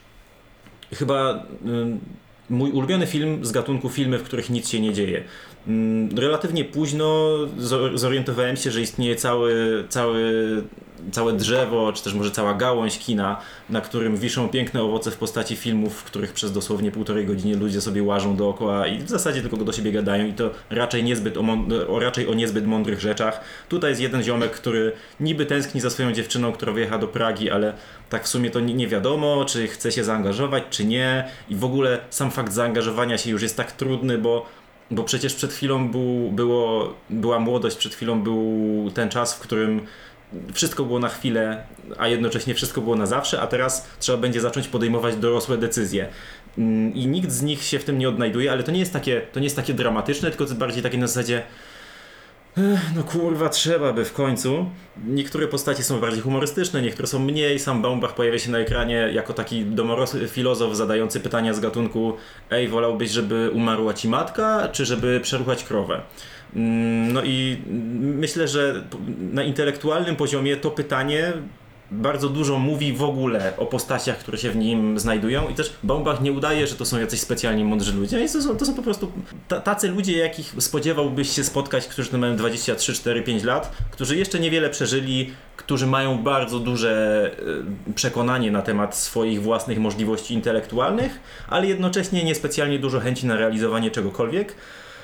chyba y, mój ulubiony film z gatunku filmy, w których nic się nie dzieje. Mm, relatywnie późno zorientowałem się, że istnieje cały, cały, całe drzewo, czy też może cała gałąź kina, na którym wiszą piękne owoce w postaci filmów, w których przez dosłownie półtorej godziny ludzie sobie łażą dookoła i w zasadzie tylko do siebie gadają i to raczej, niezbyt o, o, raczej o niezbyt mądrych rzeczach. Tutaj jest jeden ziomek, który niby tęskni za swoją dziewczyną, która wyjechała do Pragi, ale tak w sumie to nie, nie wiadomo, czy chce się zaangażować, czy nie i w ogóle sam fakt zaangażowania się już jest tak trudny, bo Bo przecież przed chwilą był, było, była młodość, przed chwilą był ten czas, w którym wszystko było na chwilę, a jednocześnie wszystko było na zawsze, a teraz trzeba będzie zacząć podejmować dorosłe decyzje. I nikt z nich się w tym nie odnajduje, ale to nie jest takie, to nie jest takie dramatyczne, tylko to jest bardziej takie na zasadzie No kurwa, trzeba by w końcu. Niektóre postacie są bardziej humorystyczne, niektóre są mniej. Sam Baumbach pojawia się na ekranie jako taki domorosły filozof zadający pytania z gatunku: ej, wolałbyś, żeby umarła ci matka, czy żeby przeruchać krowę? No i myślę, że na intelektualnym poziomie to pytanie bardzo dużo mówi w ogóle o postaciach, które się w nim znajdują, i też Baumbach nie udaje, że to są jacyś specjalnie mądrzy ludzie. To są, to są po prostu tacy ludzie, jakich spodziewałbyś się spotkać, którzy mają dwadzieścia trzy, cztery, pięć lat, którzy jeszcze niewiele przeżyli, którzy mają bardzo duże przekonanie na temat swoich własnych możliwości intelektualnych, ale jednocześnie niespecjalnie dużo chęci na realizowanie czegokolwiek.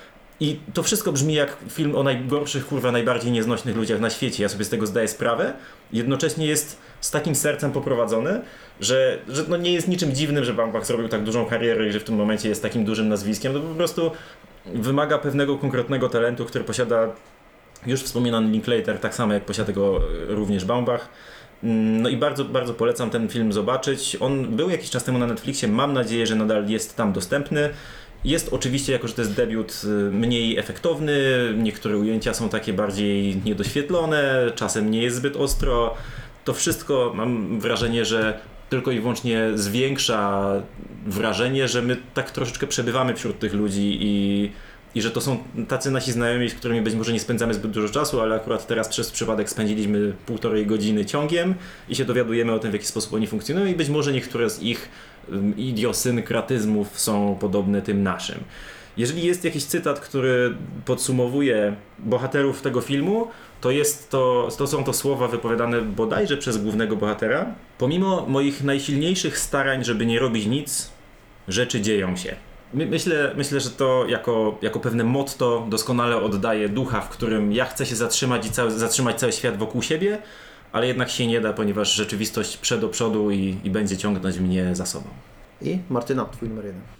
I to wszystko brzmi jak film o najgorszych, kurwa, najbardziej nieznośnych ludziach na świecie. Ja sobie z tego zdaję sprawę. Jednocześnie jest z takim sercem poprowadzony, że, że no nie jest niczym dziwnym, że Baumbach zrobił tak dużą karierę i że w tym momencie jest takim dużym nazwiskiem. To po prostu wymaga pewnego konkretnego talentu, który posiada już wspominany Linklater, tak samo jak posiada go również Baumbach. No i bardzo, bardzo polecam ten film zobaczyć. On był jakiś czas temu na Netflixie, mam nadzieję, że nadal jest tam dostępny. Jest oczywiście, jako że to jest debiut, mniej efektowny, niektóre ujęcia są takie bardziej niedoświetlone, czasem nie jest zbyt ostro. To wszystko, mam wrażenie, że tylko i wyłącznie zwiększa wrażenie, że my tak troszeczkę przebywamy wśród tych ludzi i, i że to są tacy nasi znajomi, z którymi być może nie spędzamy zbyt dużo czasu, ale akurat teraz przez przypadek spędziliśmy półtorej godziny ciągiem i się dowiadujemy o tym, w jaki sposób oni funkcjonują, i być może niektóre z ich idiosynkratyzmów są podobne tym naszym. Jeżeli jest jakiś cytat, który podsumowuje bohaterów tego filmu, to, jest to, to są to słowa wypowiadane bodajże przez głównego bohatera. Pomimo moich najsilniejszych starań, żeby nie robić nic, rzeczy dzieją się. My, myślę, myślę, że to jako, jako pewne motto doskonale oddaje ducha, w którym ja chcę się zatrzymać i cały, zatrzymać cały świat wokół siebie, ale jednak się nie da, ponieważ rzeczywistość prze do przodu i, i będzie ciągnąć mnie za sobą. I Martyna, twój numer jeden.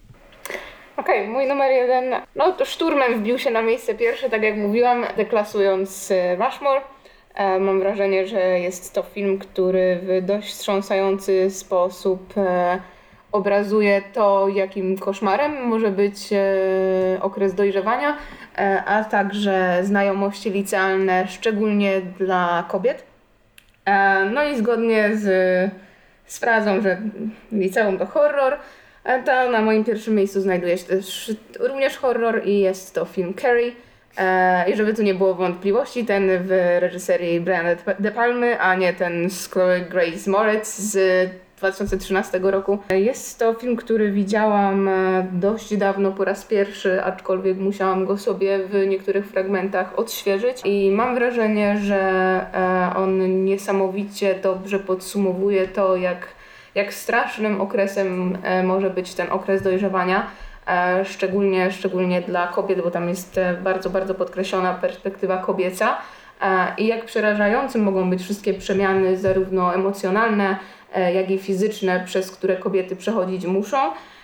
Okej, okay, mój numer jeden, no to szturmem wbił się na miejsce pierwsze, tak jak mówiłam, deklasując Rushmore. E, mam wrażenie, że jest to film, który w dość wstrząsający sposób e, obrazuje to, jakim koszmarem może być e, okres dojrzewania, e, a także znajomości licealne, szczególnie dla kobiet. E, no i zgodnie z, z frazą, że liceum to horror, to na moim pierwszym miejscu znajduje się też również horror i jest to film Carrie. I żeby tu nie było wątpliwości, ten w reżyserii Briana De Palmy, a nie ten z Chloe Grace Moretz z dwa tysiące trzynastego roku. Jest to film, który widziałam dość dawno po raz pierwszy, aczkolwiek musiałam go sobie w niektórych fragmentach odświeżyć i mam wrażenie, że on niesamowicie dobrze podsumowuje to, jak jak strasznym okresem może być ten okres dojrzewania, szczególnie, szczególnie dla kobiet, bo tam jest bardzo, bardzo podkreślona perspektywa kobieca i jak przerażającym mogą być wszystkie przemiany zarówno emocjonalne, jak i fizyczne, przez które kobiety przechodzić muszą.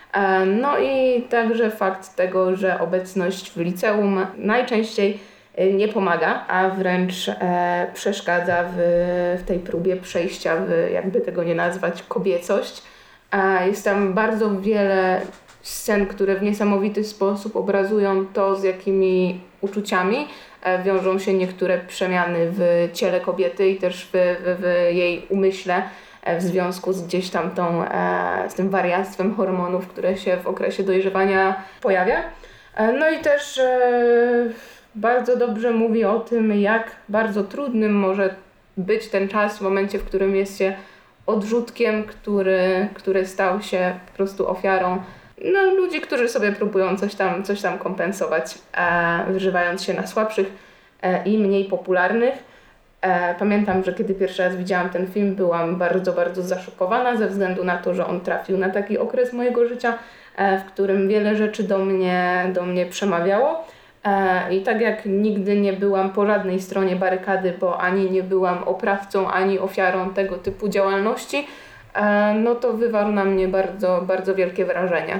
No i także fakt tego, że obecność w liceum najczęściej nie pomaga, a wręcz e, przeszkadza w, w tej próbie przejścia w, jakby tego nie nazwać, kobiecość. E, jest tam bardzo wiele scen, które w niesamowity sposób obrazują to, z jakimi uczuciami e, wiążą się niektóre przemiany w ciele kobiety i też w, w, w jej umyśle e, w związku z gdzieś tam tą, e, z tym wariactwem hormonów, które się w okresie dojrzewania pojawia. E, no i też e, bardzo dobrze mówi o tym, jak bardzo trudnym może być ten czas w momencie, w którym jest się odrzutkiem, który, który stał się po prostu ofiarą no, ludzi, którzy sobie próbują coś tam, coś tam kompensować, e, wyżywając się na słabszych e, i mniej popularnych. E, pamiętam, że kiedy pierwszy raz widziałam ten film, byłam bardzo, bardzo zaszokowana ze względu na to, że on trafił na taki okres mojego życia, e, w którym wiele rzeczy do mnie, do mnie przemawiało. I tak jak nigdy nie byłam po żadnej stronie barykady, bo ani nie byłam oprawcą, ani ofiarą tego typu działalności, no to wywarł na mnie bardzo, bardzo wielkie wrażenie.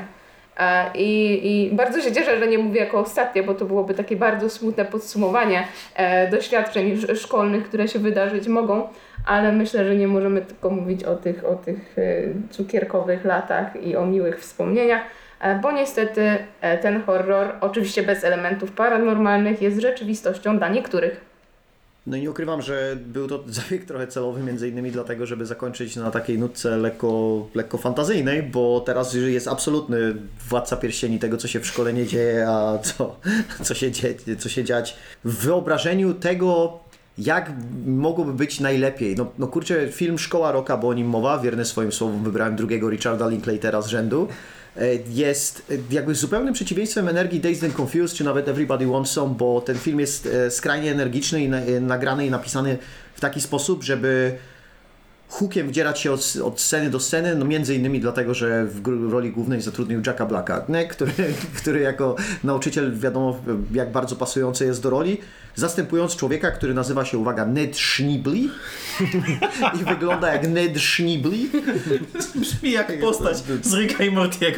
I, I bardzo się cieszę, że nie mówię jako ostatnie, bo to byłoby takie bardzo smutne podsumowanie doświadczeń szkolnych, które się wydarzyć mogą, ale myślę, że nie możemy tylko mówić o tych, o tych cukierkowych latach i o miłych wspomnieniach, e, bo niestety e, ten horror, oczywiście bez elementów paranormalnych, jest rzeczywistością dla niektórych. No i nie ukrywam, że był to zabieg trochę celowy, między innymi dlatego, żeby zakończyć na takiej nutce lekko, lekko fantazyjnej, bo teraz jest absolutny Władca Pierścieni tego, co się w szkole nie dzieje, a co, co, się, dzieje, co się dziać w wyobrażeniu tego, jak mogłoby być najlepiej. No, no kurczę, film Szkoła Rocka, bo o nim mowa, wierny swoim słowom wybrałem drugiego Richarda Linklatera z rzędu, jest jakby zupełnym przeciwieństwem energii Dazed and Confused, czy nawet Everybody Wants Some, bo ten film jest skrajnie energiczny i nagrany i napisany w taki sposób, żeby hookiem wdzierać się od, od sceny do sceny, no między innymi dlatego, że w roli głównej zatrudnił Jacka Blacka, nie? Który, który jako nauczyciel wiadomo jak bardzo pasujący jest do roli, zastępując człowieka, który nazywa się, uwaga, Ned Schneebly i wygląda jak Ned Schneebly. Brzmi jak postać z Ricka i Mortiego.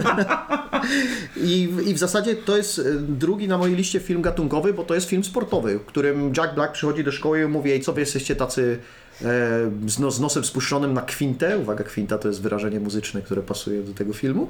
I, I w zasadzie to jest drugi na mojej liście film gatunkowy, bo to jest film sportowy, w którym Jack Black przychodzi do szkoły i mówi: ej, co wy jesteście tacy z, no, z nosem spuszczonym na kwintę. Uwaga, kwinta to jest wyrażenie muzyczne, które pasuje do tego filmu.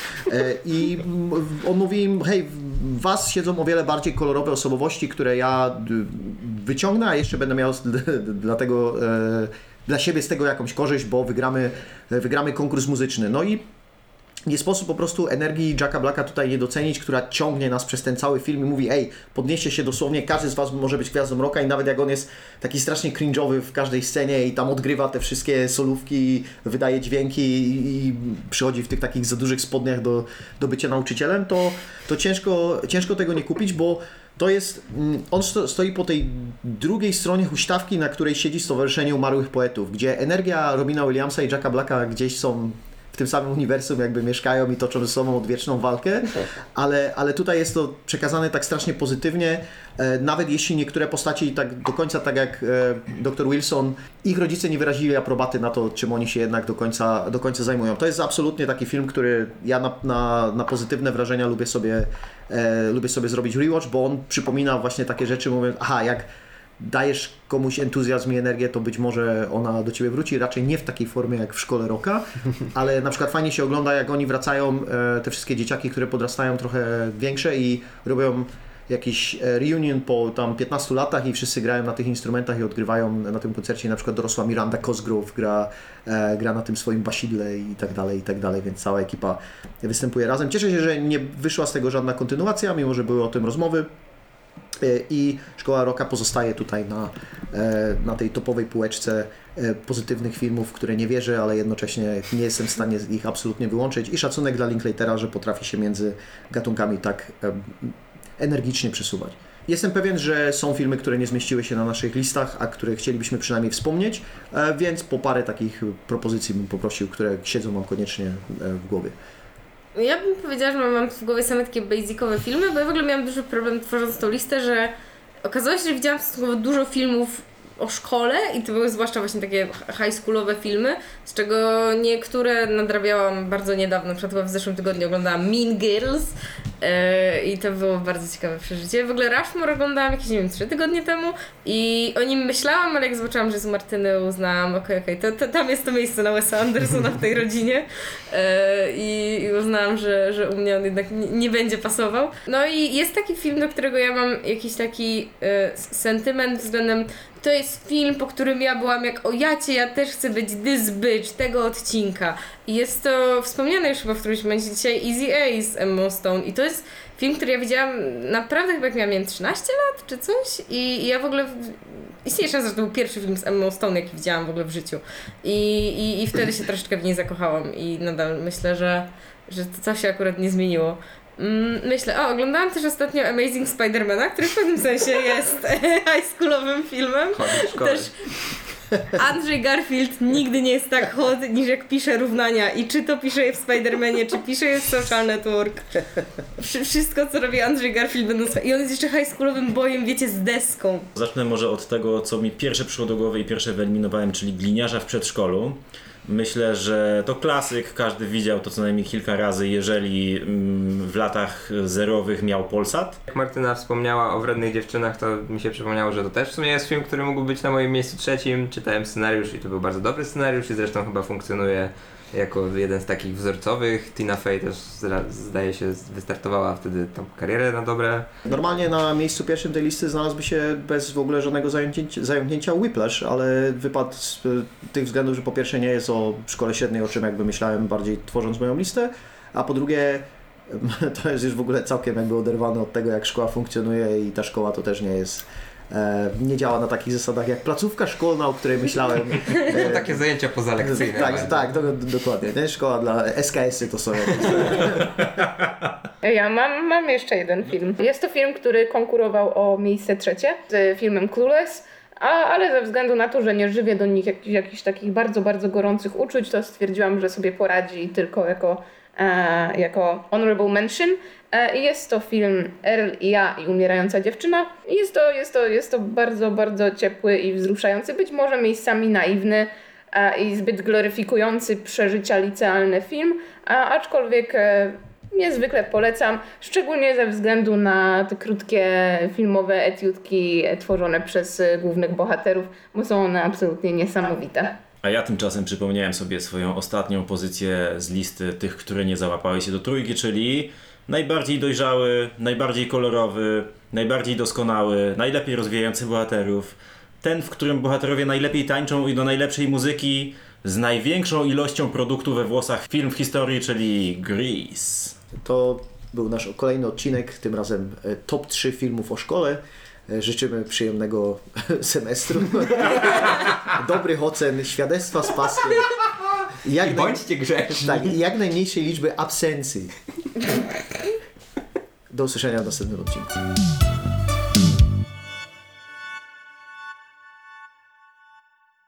I on mówi im: hej, w was siedzą o wiele bardziej kolorowe osobowości, które ja wyciągnę, a jeszcze będę miał dlatego dla siebie z tego jakąś korzyść, bo wygramy, wygramy konkurs muzyczny. No i nie sposób po prostu energii Jacka Blacka tutaj nie docenić, która ciągnie nas przez ten cały film i mówi: ej, podnieście się dosłownie, każdy z was może być gwiazdą rocka, i nawet jak on jest taki strasznie cringe'owy w każdej scenie i tam odgrywa te wszystkie solówki, wydaje dźwięki i, i przychodzi w tych takich za dużych spodniach do, do bycia nauczycielem, to, to ciężko, ciężko tego nie kupić, bo to jest, on stoi po tej drugiej stronie huśtawki, na której siedzi Stowarzyszenie Umarłych Poetów, gdzie energia Robina Williamsa i Jacka Blacka gdzieś są w tym samym uniwersum, jakby mieszkają i toczą ze sobą odwieczną walkę, ale, ale tutaj jest to przekazane tak strasznie pozytywnie, e, nawet jeśli niektóre postaci tak do końca, tak jak e, doktor Wilson, ich rodzice nie wyrazili aprobaty na to, czym oni się jednak do końca, do końca zajmują. To jest absolutnie taki film, który ja na, na, na pozytywne wrażenia lubię sobie, e, lubię sobie zrobić rewatch, bo on przypomina właśnie takie rzeczy, mówiąc: aha, jak dajesz komuś entuzjazm i energię, to być może ona do ciebie wróci, raczej nie w takiej formie jak w Szkole Rocka, ale na przykład fajnie się ogląda, jak oni wracają, te wszystkie dzieciaki, które podrastają trochę większe i robią jakiś reunion po tam piętnastu latach i wszyscy grają na tych instrumentach i odgrywają na tym koncercie. Na przykład dorosła Miranda Cosgrove gra, gra na tym swoim basidle i tak dalej, i tak dalej, więc cała ekipa występuje razem. Cieszę się, że nie wyszła z tego żadna kontynuacja, mimo że były o tym rozmowy. I Szkoła Rocka pozostaje tutaj na, na tej topowej półeczce pozytywnych filmów, w które nie wierzę, ale jednocześnie nie jestem w stanie ich absolutnie wyłączyć, i szacunek dla Linklatera, że potrafi się między gatunkami tak energicznie przesuwać. Jestem pewien, że są filmy, które nie zmieściły się na naszych listach, a które chcielibyśmy przynajmniej wspomnieć, więc po parę takich propozycji bym poprosił, które siedzą mam koniecznie w głowie. Ja bym powiedziała, że mam w głowie same takie basicowe filmy, bo ja w ogóle miałam duży problem tworząc tą listę, że okazało się, że widziałam stosunkowo dużo filmów o szkole i to były zwłaszcza właśnie takie high schoolowe filmy, z czego niektóre nadrabiałam bardzo niedawno, na przykład chyba w zeszłym tygodniu oglądałam Mean Girls yy, i to było bardzo ciekawe przeżycie. W ogóle Rushmore oglądałam jakieś, nie wiem, trzy tygodnie temu i o nim myślałam, ale jak zobaczyłam, że jest u Martyny, uznałam, okej, okay, okej, okay, to, to tam jest to miejsce na Wesa Andersona w tej rodzinie yy, i, i uznałam, że, że u mnie on jednak nie, nie będzie pasował. No i jest taki film, do którego ja mam jakiś taki yy, sentyment względem. To jest film, po którym ja byłam jak: o jacie, ja też chcę być this bitch tego odcinka. I jest to wspomniane już chyba w którymś momencie dzisiaj Easy A z Emma Stone. I to jest film, który ja widziałam naprawdę chyba jak miałam trzynaście lat czy coś. I, i ja w ogóle... Istnieje szansa, że to był pierwszy film z Emma Stone, jaki widziałam w ogóle w życiu. I, i, i wtedy się troszeczkę w niej zakochałam. I nadal myślę, że, że to coś się akurat nie zmieniło. Myślę, o, oglądałam też ostatnio Amazing Spider-Mana, który w pewnym sensie jest high schoolowym filmem. Też Andrzej Garfield nigdy nie jest tak hot, niż jak pisze równania, i czy to pisze je w Spider-Manie, czy pisze je w Social Network. Wszystko, co robi Andrzej Garfield, będą... I on jest jeszcze high schoolowym bojem, wiecie, z deską. Zacznę może od tego, co mi pierwsze przyszło do głowy i pierwsze wyeliminowałem, czyli Gliniarza w przedszkolu. Myślę, że to klasyk, każdy widział to co najmniej kilka razy, jeżeli mm, w latach zerowych miał Polsat. Jak Martyna wspomniała o Wrednych Dziewczynach, to mi się przypomniało, że to też w sumie jest film, który mógł być na moim miejscu trzecim. Czytałem scenariusz i to był bardzo dobry scenariusz i zresztą chyba funkcjonuje jako jeden z takich wzorcowych. Tina Fey też zra- zdaje się wystartowała wtedy tą karierę na dobre. Normalnie na miejscu pierwszym tej listy znalazłby się bez w ogóle żadnego zająknięcia, zająknięcia Whiplash, ale wypadł z tych względów, że po pierwsze nie jest o szkole średniej, o czym jakby myślałem bardziej tworząc moją listę, a po drugie to jest już w ogóle całkiem jakby oderwane od tego, jak szkoła funkcjonuje i ta szkoła to też nie jest, e, nie działa na takich zasadach jak placówka szkolna, o której myślałem. To takie zajęcia pozalekcyjne. Tak, będą. tak, do, do, dokładnie. Nie? Szkoła dla S K S-y to są jakieś. Ja mam, mam jeszcze jeden film. Jest to film, który konkurował o miejsce trzecie z filmem Clueless, a, ale ze względu na to, że nie żywię do nich jak, jakichś takich bardzo, bardzo gorących uczuć, to stwierdziłam, że sobie poradzi tylko jako, e, jako honorable mention. E, jest to film Earl i ja i umierająca dziewczyna. Jest to, jest to, jest to bardzo, bardzo ciepły i wzruszający, być może miejscami naiwny e, i zbyt gloryfikujący przeżycia licealny film, a, aczkolwiek e, niezwykle polecam, szczególnie ze względu na te krótkie filmowe etiudki tworzone przez głównych bohaterów, bo są one absolutnie niesamowite. A ja tymczasem przypomniałem sobie swoją ostatnią pozycję z listy tych, które nie załapały się do trójki, czyli najbardziej dojrzały, najbardziej kolorowy, najbardziej doskonały, najlepiej rozwijający bohaterów. Ten, w którym bohaterowie najlepiej tańczą i do najlepszej muzyki, z największą ilością produktu we włosach film w historii, czyli Grease. To był nasz kolejny odcinek, tym razem e, top trzy filmów o szkole. E, Życzymy przyjemnego semestru, dobrych ocen, świadectwa z pasji. Jak I naj- bądźcie grzeczni. Tak, i jak najmniejszej liczby absencji. Do usłyszenia w następnym odcinku.